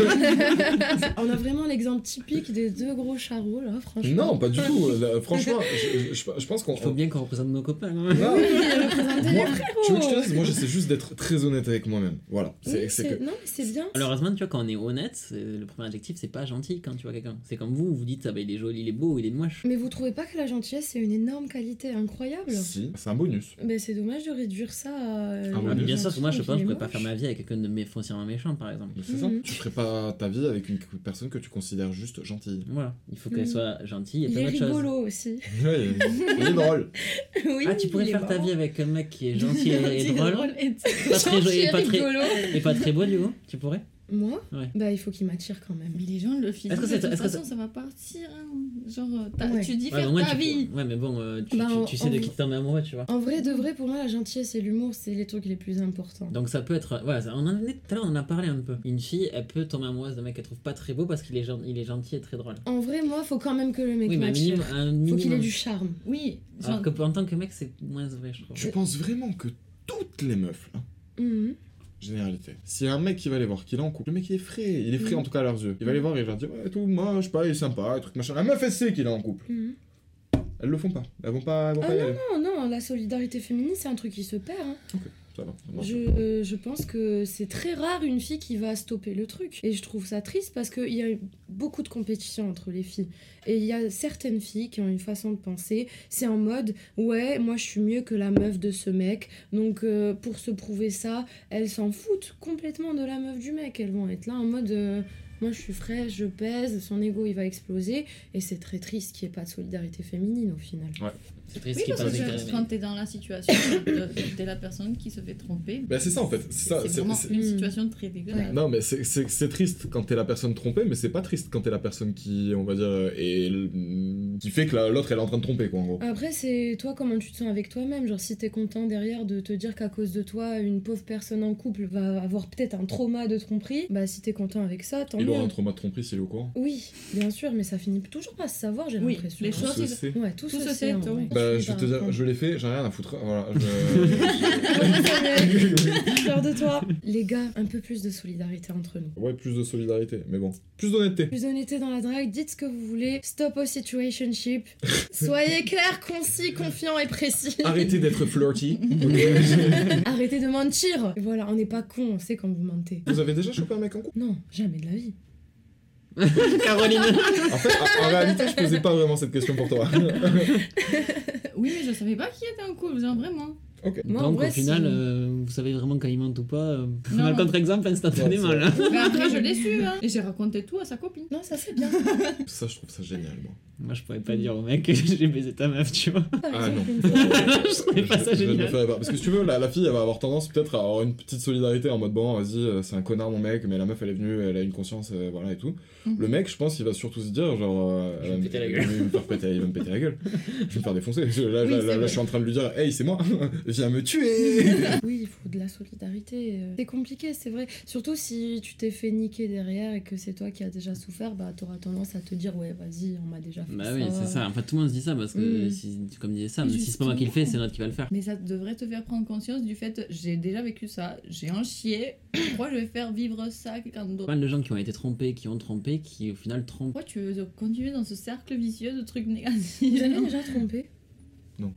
On a vraiment l'exemple typique des deux gros charros, là, franchement. Non, pas du tout. Franchement, je pense qu'on. Il faut bien qu'on représente nos copains. Hein. Non. Oui, représenter Moi, les frérots. tu veux que je te dise, moi j'essaie juste d'être très honnête avec moi-même. Voilà. Oui, C'est que. Non, mais c'est bien. Malheureusement, tu vois, quand on est honnête, le premier adjectif, c'est pas gentil quand tu vois quelqu'un. C'est comme vous dites, ah bah il est joli, il est beau, il est moche. Mais vous trouvez pas que la gentillesse, c'est une énorme qualité incroyable? Si, c'est un bonus. Mais c'est dommage de réduire ça à... Ah, Ah, mais bien sûr, parce que moi je pense que je pourrais pas moche. faire ma vie avec quelqu'un de foncièrement méchant, par exemple. Mais c'est ça. Mhm. Tu ferais pas ta vie avec une personne que tu considères juste gentille. Voilà, il faut qu'elle Mhm. soit gentille et Il plein est d'autres choses. rigolo aussi. Ouais, il est drôle. Oui, Ah, tu pourrais il est faire ta marrant. vie avec un mec qui est gentil et C'est drôle, et- pas très joli, Gentil, rigolo. et pas très beau du coup, tu pourrais? Moi? Ouais. Bah, il faut qu'il m'attire quand même. Mais les gens le filent. Est-ce que De c'est- toute est-ce que façon, ça va partir. Hein. Genre, Ouais. tu dis Ouais, faire au moins, ta vie. Ouais, mais bon, tu Bah, tu sais de qui t'en es amoureux, tu vois. En vrai, de vrai, pour moi, la gentillesse et l'humour, c'est les trucs les plus importants. Donc ça peut être, voilà, on en est, tout à l'heure on en a parlé un peu. Une fille, elle peut tomber amoureuse d'un mec qu'elle trouve pas très beau parce qu'il est, il est gentil et très drôle. En vrai, moi, faut quand même que le mec Oui, mais m'attire. un Faut qu'il ait minimum. du charme. Oui. Alors que en tant que mec, c'est moins vrai, je trouve. Tu penses vraiment que toutes les meufs, là, Mhm. généralité, s'il y a un mec qui va les voir, qu'il est en couple, le mec il est frais en tout cas à leurs yeux. Il va les voir et il va dire ouais, tout moche, pas, il est sympa, un truc machin. La meuf elle sait qu'il est en couple. Mhm. Elles le font pas. Elles vont pas y aller. Non, la solidarité féminine, c'est un truc qui se perd. Hein. Ça va. ça marche. Je pense que c'est très rare une fille qui va stopper le truc. Et je trouve ça triste parce qu'il y a beaucoup de compétition entre les filles. Et il y a certaines filles qui ont une façon de penser. C'est en mode, ouais, moi je suis mieux que la meuf de ce mec. Donc pour se prouver ça, elles s'en foutent complètement de la meuf du mec. Elles vont être là en mode... moi je suis fraîche, je pèse, son ego il va exploser, et c'est très triste qu'il n'y ait pas de solidarité féminine au final. Ouais. C'est triste Oui, qu'il parce passe que quand t'es dans la situation de la personne qui se fait tromper, Bah c'est ça en fait. c'est vraiment une situation très dégueulasse. Non mais c'est triste quand t'es la personne trompée, mais c'est pas triste quand t'es la personne qui, on va dire, qui fait que l'autre elle est en train de tromper quoi en gros. Après, c'est toi comment tu te sens avec toi-même. Genre, si t'es content derrière de te dire qu'à cause de toi, une pauvre personne en couple va avoir peut-être un trauma de tromperie, bah si t'es content avec ça, tant mieux. Il aura un trauma de tromperie s'il est au courant. Oui, bien sûr, mais ça finit toujours par se savoir, j'ai Oui, l'impression. les Tout choses, se sait. Ouais, tout se sait. en vrai. Bah suis je vais te dire, d'accord. je l'ai fait, j'ai rien à foutre. Voilà. Fier de toi. Les gars, un peu plus de solidarité entre nous. Ouais, plus de solidarité, mais bon, plus d'honnêteté. Plus d'honnêteté dans la drague, dites ce que vous voulez. Stop au situationship. Soyez clair, concis, confiant et précis. Arrêtez d'être flirty. Arrêtez de mentir. Et voilà, on n'est pas con, on sait quand vous mentez. Vous avez déjà chopé un mec en couple? Non, jamais de la vie. Caroline. En fait, en réalité, je posais pas vraiment cette question pour toi. Oui, mais je savais pas qui était en couple, genre vraiment. Ok. Moi, en Donc vrai, au final, si- vous savez vraiment quand il mente ou pas. On Non. a le contre-exemple instantanément Ouais, là. Mais après, je l'ai su, hein. Et j'ai raconté tout à sa copine. Non, ça c'est bien. Ça, je trouve ça génial, moi. Moi je pourrais pas dire au mec que j'ai baisé ta meuf, tu vois. Par Ah exemple, non. une fois. Je trouvais pas ça Je ne le génial. ferai pas. Parce que si tu veux, la fille, elle va avoir tendance peut-être à avoir une petite solidarité en mode bon, vas-y, c'est un connard mon mec, mais la meuf, elle est venue, elle a une conscience, voilà et tout. Le mec, je pense, il va surtout se dire, genre, Je vais me péter la gueule. il va me faire péter, il va me péter la gueule. Je vais me faire défoncer. Là, Oui, c'est là, vrai. je suis en train de lui dire, hey, c'est moi, viens me tuer. Oui, il faut de la solidarité. C'est compliqué, c'est vrai. Surtout si tu t'es fait niquer derrière et que c'est toi qui as déjà souffert, bah t'auras tendance à te dire ouais, vas-y, on m'a déjà fait Bah ça. oui, c'est ça. Enfin, tout le monde se dit ça parce que, Mm. si, comme disait Sam, si c'est pas moi qui le fais, c'est l'autre qui va le faire. Mais ça devrait te faire prendre conscience du fait, j'ai déjà vécu ça, j'ai en chier, pourquoi je vais faire vivre ça à quelqu'un Pas d'autre? mal de gens qui ont été trompés, qui ont trompé, qui au final trompent. Pourquoi tu veux continuer dans ce cercle vicieux de trucs négatifs? J'avais déjà trompé. Non.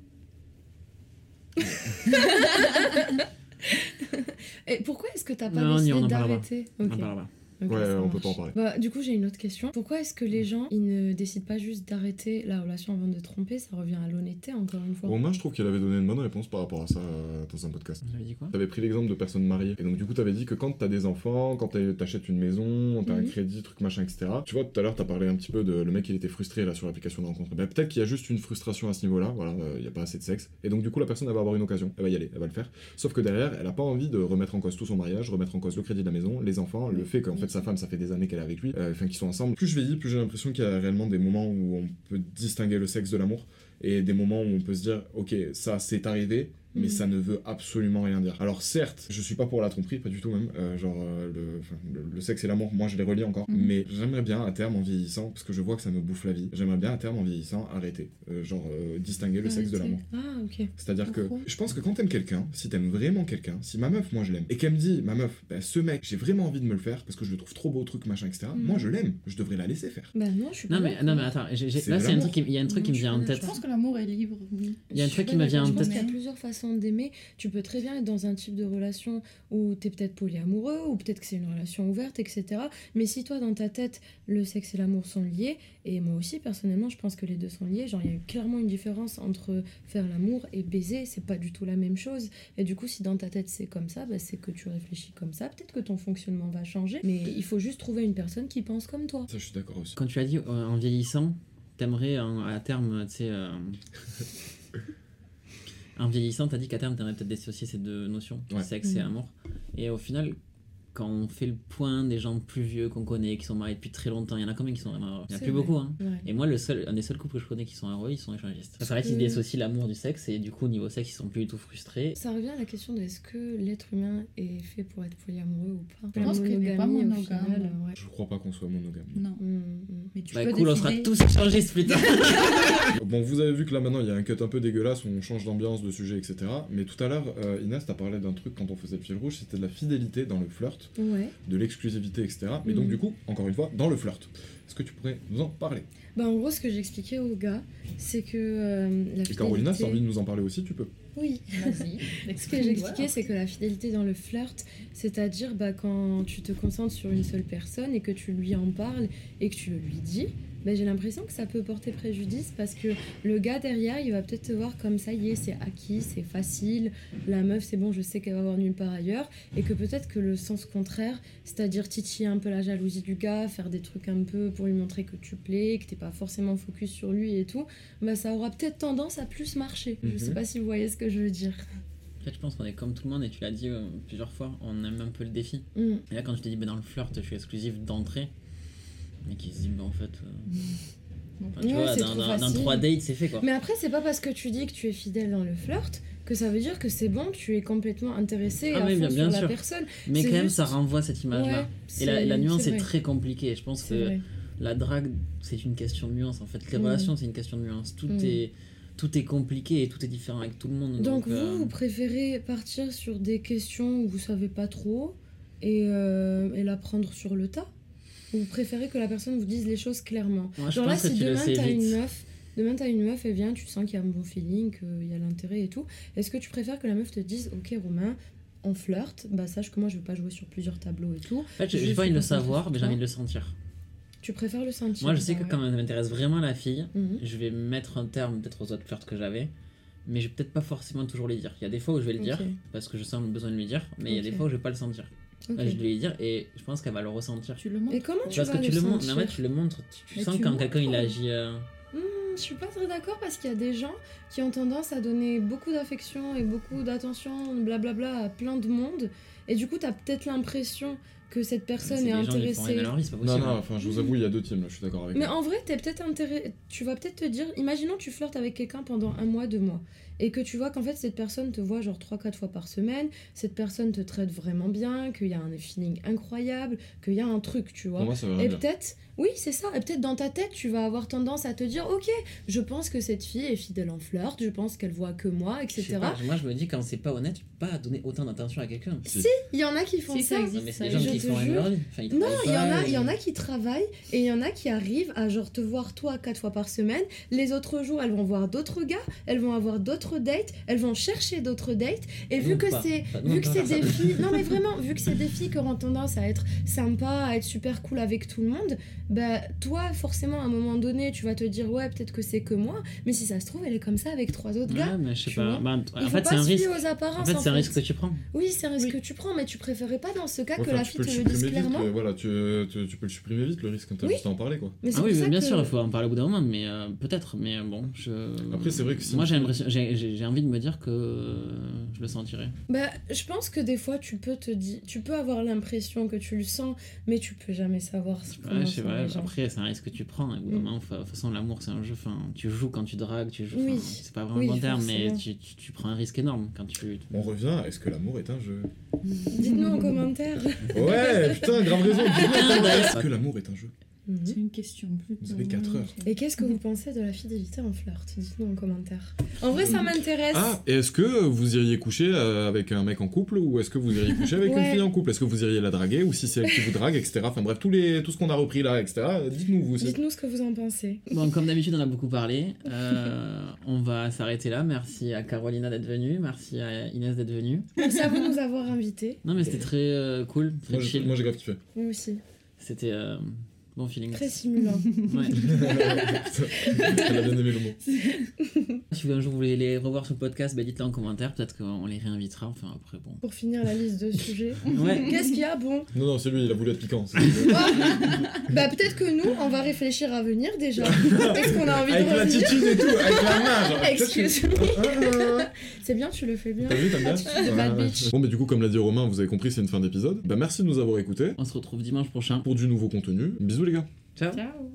Et pourquoi est-ce que t'as pas Non, décidé on en parlera d'arrêter? On Ok. en parlera. Ok, Ouais, ça on peut marche. pas en parler. Bah, du coup, j'ai une autre question. Pourquoi est-ce que les gens, ils ne décident pas juste d'arrêter la relation avant de tromper? Ça revient à l'honnêteté, encore une fois. Bon, moi, je trouve qu'elle avait donné une bonne réponse par rapport à ça dans un podcast. J'avais dit quoi? T'avais pris l'exemple de personnes mariées. Et donc, du coup, t'avais dit que quand t'as des enfants, quand t'achètes une maison, t'as un Mhm. crédit, truc machin, etc. Tu vois, tout à l'heure, t'as parlé un petit peu de le mec, il était frustré là sur l'application de rencontre. Bah, peut-être qu'il y a juste une frustration à ce niveau-là, voilà, il y a pas assez de sexe. Et donc, du coup, la personne, elle va avoir une occasion. Elle va y aller, elle va le faire. Sauf que derrière, elle a pas envie de remettre en cause tout son mariage, remettre en cause le crédit de la maison, les enfants, le fait qu'en fait, sa femme, ça fait des années qu'elle est avec lui, enfin, qu'ils sont ensemble. Plus je vieillis, plus j'ai l'impression qu'il y a réellement des moments où on peut distinguer le sexe de l'amour. Et des moments où on peut se dire, ok, ça c'est arrivé, mais ça ne veut absolument rien dire. Alors certes, je suis pas pour la tromperie, pas du tout même, le sexe et l'amour, moi je les relie encore, mais j'aimerais bien à terme en vieillissant, parce que je vois que ça me bouffe la vie, j'aimerais bien à terme en vieillissant arrêter, distinguer le sexe de l'amour. Ah, ok. C'est-à-dire que Pourquoi je pense que quand t'aimes quelqu'un, si t'aimes vraiment quelqu'un, si ma meuf, moi je l'aime, et qu'elle me dit, ma meuf, bah, ce mec, j'ai vraiment envie de me le faire parce que je le trouve trop beau, truc machin, etc. Moi je l'aime, je devrais la laisser faire. Bah non, je suis pas Non mais d'accord. attends, C'est là de c'est un l'amour. truc il y a un truc qui me vient en tête. Je pense que l'amour est libre, oui. Il y a un Je truc suis qui pas me vient en d'accord. Je pense tête. qu'il y a plusieurs façons d'aimer. Tu peux très bien être dans un type de relation où t'es peut-être polyamoureux, ou peut-être que c'est une relation ouverte, etc. Mais si toi, dans ta tête, le sexe et l'amour sont liés, et moi aussi, personnellement, je pense que les deux sont liés, genre il y a clairement une différence entre faire l'amour et baiser, c'est pas du tout la même chose. Et du coup, si dans ta tête c'est comme ça, bah, c'est que tu réfléchis comme ça. Peut-être que ton fonctionnement va changer, mais il faut juste trouver une personne qui pense comme toi. Ça je suis d'accord aussi. Quand tu as dit en vieillissant, t'aimerais à terme, tu sais. En vieillissant, t'as dit qu'à terme, t'aimerais peut-être dissocier ces deux notions, Ouais. sexe et amour. Et au final, quand on fait le point des gens plus vieux qu'on connaît, qui sont mariés depuis très longtemps, il y en a combien qui sont vraiment heureux? Il n'y en a C'est plus vrai. beaucoup, hein. Ouais. Et moi, un des seuls couples que je connais qui sont heureux, ils sont échangistes. Parce qu'en fait, ils dissocient l'amour du sexe, et du coup, au niveau sexe, ils sont plus du tout frustrés. Ça revient à la question de est-ce que l'être humain est fait pour être polyamoureux ou pas. Je pense qu'il n'est pas monogamie, au monogame. final, ouais. Je crois pas qu'on soit monogame. Non. Mais tu Bah peux cool, on sera décider. tous échangistes plus tard. Bon, vous avez vu que là maintenant il y a un cut un peu dégueulasse où on change d'ambiance, de sujet, etc. Mais tout à l'heure, Inès, t'as parlé d'un truc quand on faisait le fil rouge, c'était de la fidélité dans le flirt, Ouais. de l'exclusivité, etc. Mais donc, du coup, encore une fois, dans le flirt. Est-ce que tu pourrais nous en parler? Bah en gros, ce que j'expliquais aux gars, c'est que la fidélité... Et Carolina, si t'as envie de nous en parler aussi, tu peux. Oui. Vas-y. Ce que j'expliquais, c'est que la fidélité dans le flirt, c'est-à-dire bah, quand tu te concentres sur une seule personne et que tu lui en parles et que tu le lui dis, ben, j'ai l'impression que ça peut porter préjudice parce que le gars derrière, il va peut-être te voir comme ça y est, c'est acquis, c'est facile, la meuf, c'est bon, je sais qu'elle va avoir nulle part ailleurs, et que peut-être que le sens contraire, c'est-à-dire titiller un peu la jalousie du gars, faire des trucs un peu pour lui montrer que tu plais, que t'es pas forcément focus sur lui et tout, ben, ça aura peut-être tendance à plus marcher. Je sais pas si vous voyez ce que je veux dire. En fait, je pense qu'on est comme tout le monde, et tu l'as dit plusieurs fois, on aime un peu le défi. Et là, quand je te dis, dans le flirt, je suis exclusive d'entrée, mais qui se dit, en fait... tu vois, dans 3 dates, c'est fait, quoi. Mais après, c'est pas parce que tu dis que tu es fidèle dans le flirt que ça veut dire que c'est bon, tu es complètement intéressé à fond sur la personne. Mais c'est quand même, juste... ça renvoie cette image-là. Et la nuance est très compliquée. Je pense que vrai. La drague, c'est une question de nuance. En fait, les relations, c'est une question de nuance. Tout est compliqué et tout est différent avec tout le monde. Donc vous préférez partir sur des questions où vous savez pas trop et la prendre sur le tas, ou vous préférez que la personne vous dise les choses clairement? Moi, genre là, si demain t'as une meuf, elle vient, tu sens qu'il y a un bon feeling, qu'il y a l'intérêt et tout, est-ce que tu préfères que la meuf te dise ok Romain, on flirte, bah sache que moi je vais pas jouer sur plusieurs tableaux et tout. En fait, j'ai pas envie de le savoir, mais j'ai envie de le sentir. Tu préfères le sentir? Moi, je sais que quand elle m'intéresse vraiment la fille, je vais mettre un terme peut-être aux autres flirts que j'avais, mais je vais peut-être pas forcément toujours les dire. Il y a des fois où je vais le dire, parce que je sens le besoin de lui dire, mais il y a des fois où je vais pas le sentir. Là, je vais lui dire et je pense qu'elle va le ressentir. Tu le montres? Et comment tu parce vas que tu le le montres, sentir? mais en fait, tu le montres, tu sens quand quelqu'un il agit... Je suis pas très d'accord parce qu'il y a des gens qui ont tendance à donner beaucoup d'affection et beaucoup d'attention, blablabla, à plein de monde, et du coup t'as peut-être l'impression que cette personne est intéressée. Non, enfin je vous avoue, il y a 2 teams là, je suis d'accord avec vous. Mais en vrai, tu vas peut-être te dire, imaginons tu flirtes avec quelqu'un pendant 1 mois, 2 mois, et que tu vois qu'en fait cette personne te voit genre 3-4 fois par semaine, cette personne te traite vraiment bien, qu'il y a un feeling incroyable, qu'il y a un truc, tu vois. Pour moi, ça va et bien. peut-être, oui c'est ça, et peut-être dans ta tête tu vas avoir tendance à te dire ok, je pense que cette fille est fidèle en flirt, je pense qu'elle voit que moi, etc. Je sais pas, moi je me dis quand c'est pas honnête, tu peux pas donner autant d'attention à quelqu'un. Si, il y en a qui font ça. Mais c'est des gens qui font leur vie. Enfin, non, il y en a qui travaillent et il y en a qui arrivent à genre te voir toi 4 fois par semaine. Les autres jours, elles vont voir d'autres gars, elles vont avoir d'autres dates, elles vont chercher d'autres dates. Et vu que c'est des filles, non mais vraiment, vu que c'est des filles qui auront tendance à être sympas, à être super cool avec tout le monde, bah toi forcément à un moment donné, tu vas te dire ouais peut-être que c'est que moi, mais si ça se trouve elle est comme ça avec 3 autres gars. Ouais, mais je sais pas. En fait c'est un risque. Aux apparences, en fait c'est un risque que tu prends. Oui, c'est un risque que tu prends, mais tu préférais pas dans ce cas que la fille te le dise dise clairement. Voilà, tu peux le supprimer vite le risque quand t'as juste à en parler quoi. Mais bien sûr, il faut en parler au bout d'un moment, mais peut-être, mais bon, Après c'est vrai que si moi j'ai envie de me dire que je le sentirais. Bah, je pense que des fois tu peux avoir l'impression que tu le sens, mais tu peux jamais savoir. Ouais, c'est vrai. Après c'est un risque que tu prends. Et au bout d'un moment, de toute façon l'amour c'est un jeu. Enfin, tu joues quand tu dragues, tu joues. Oui. C'est pas vraiment le bon terme, mais tu prends un risque énorme quand tu. On revient à est-ce que l'amour est un jeu? Dites-nous en commentaire. Ouais, putain, grave raison. Est-ce que l'amour est un jeu? C'est une question plutôt. Vous avez 4 heures. Et qu'est-ce que vous pensez de la fidélité en flirt? Dites-nous en commentaire. En vrai, ça m'intéresse. Ah, et est-ce que vous iriez coucher avec un mec en couple, ou est-ce que vous iriez coucher avec une fille en couple? Est-ce que vous iriez la draguer, ou si c'est elle qui vous drague, etc. Enfin bref, tout ce qu'on a repris là, etc. Dites-nous vous aussi. Dites-nous ce que vous en pensez. Bon, comme d'habitude, on a beaucoup parlé. On va s'arrêter là. Merci à Carolina d'être venue. Merci à Inès d'être venue. Merci à vous de nous avoir invités. Non, mais c'était très cool, très chill. Moi j'ai grave kiffé. Moi aussi. C'était bon feeling. Très stimulant. Ouais. Elle a bien aimé le mot. Si un jour vous voulez les revoir sur le podcast, bah dites-le en commentaire, peut-être qu'on les réinvitera. Enfin après bon. Pour finir la liste de sujets. Ouais. Qu'est-ce qu'il y a bon? Non, c'est lui, il a voulu être piquant. Bah peut-être que nous, on va réfléchir à venir déjà. Est-ce qu'on a envie avec de revenir? l'attitude et tout, avec la main, genre. Excuse-moi. C'est bien, tu le fais bien. T'as vu, t'aimes bien? Attitude de bad bitch. Bon, mais du coup, comme l'a dit Romain, vous avez compris, c'est une fin d'épisode. Bah merci de nous avoir écoutés. On se retrouve dimanche prochain pour du nouveau contenu. Bisous les gars. Ciao.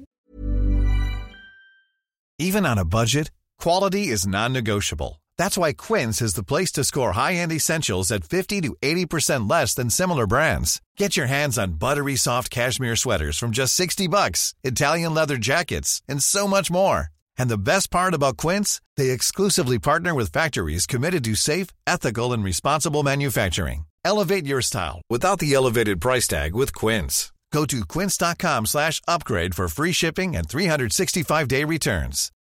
Even on a budget, quality is non-negotiable. That's why Quince is the place to score high-end essentials at 50 to 80% less than similar brands. Get your hands on buttery soft cashmere sweaters from just $60, Italian leather jackets, and so much more. And the best part about Quince, they exclusively partner with factories committed to safe, ethical, and responsible manufacturing. Elevate your style without the elevated price tag with Quince. Go to quince.com/upgrade for free shipping and 365-day returns.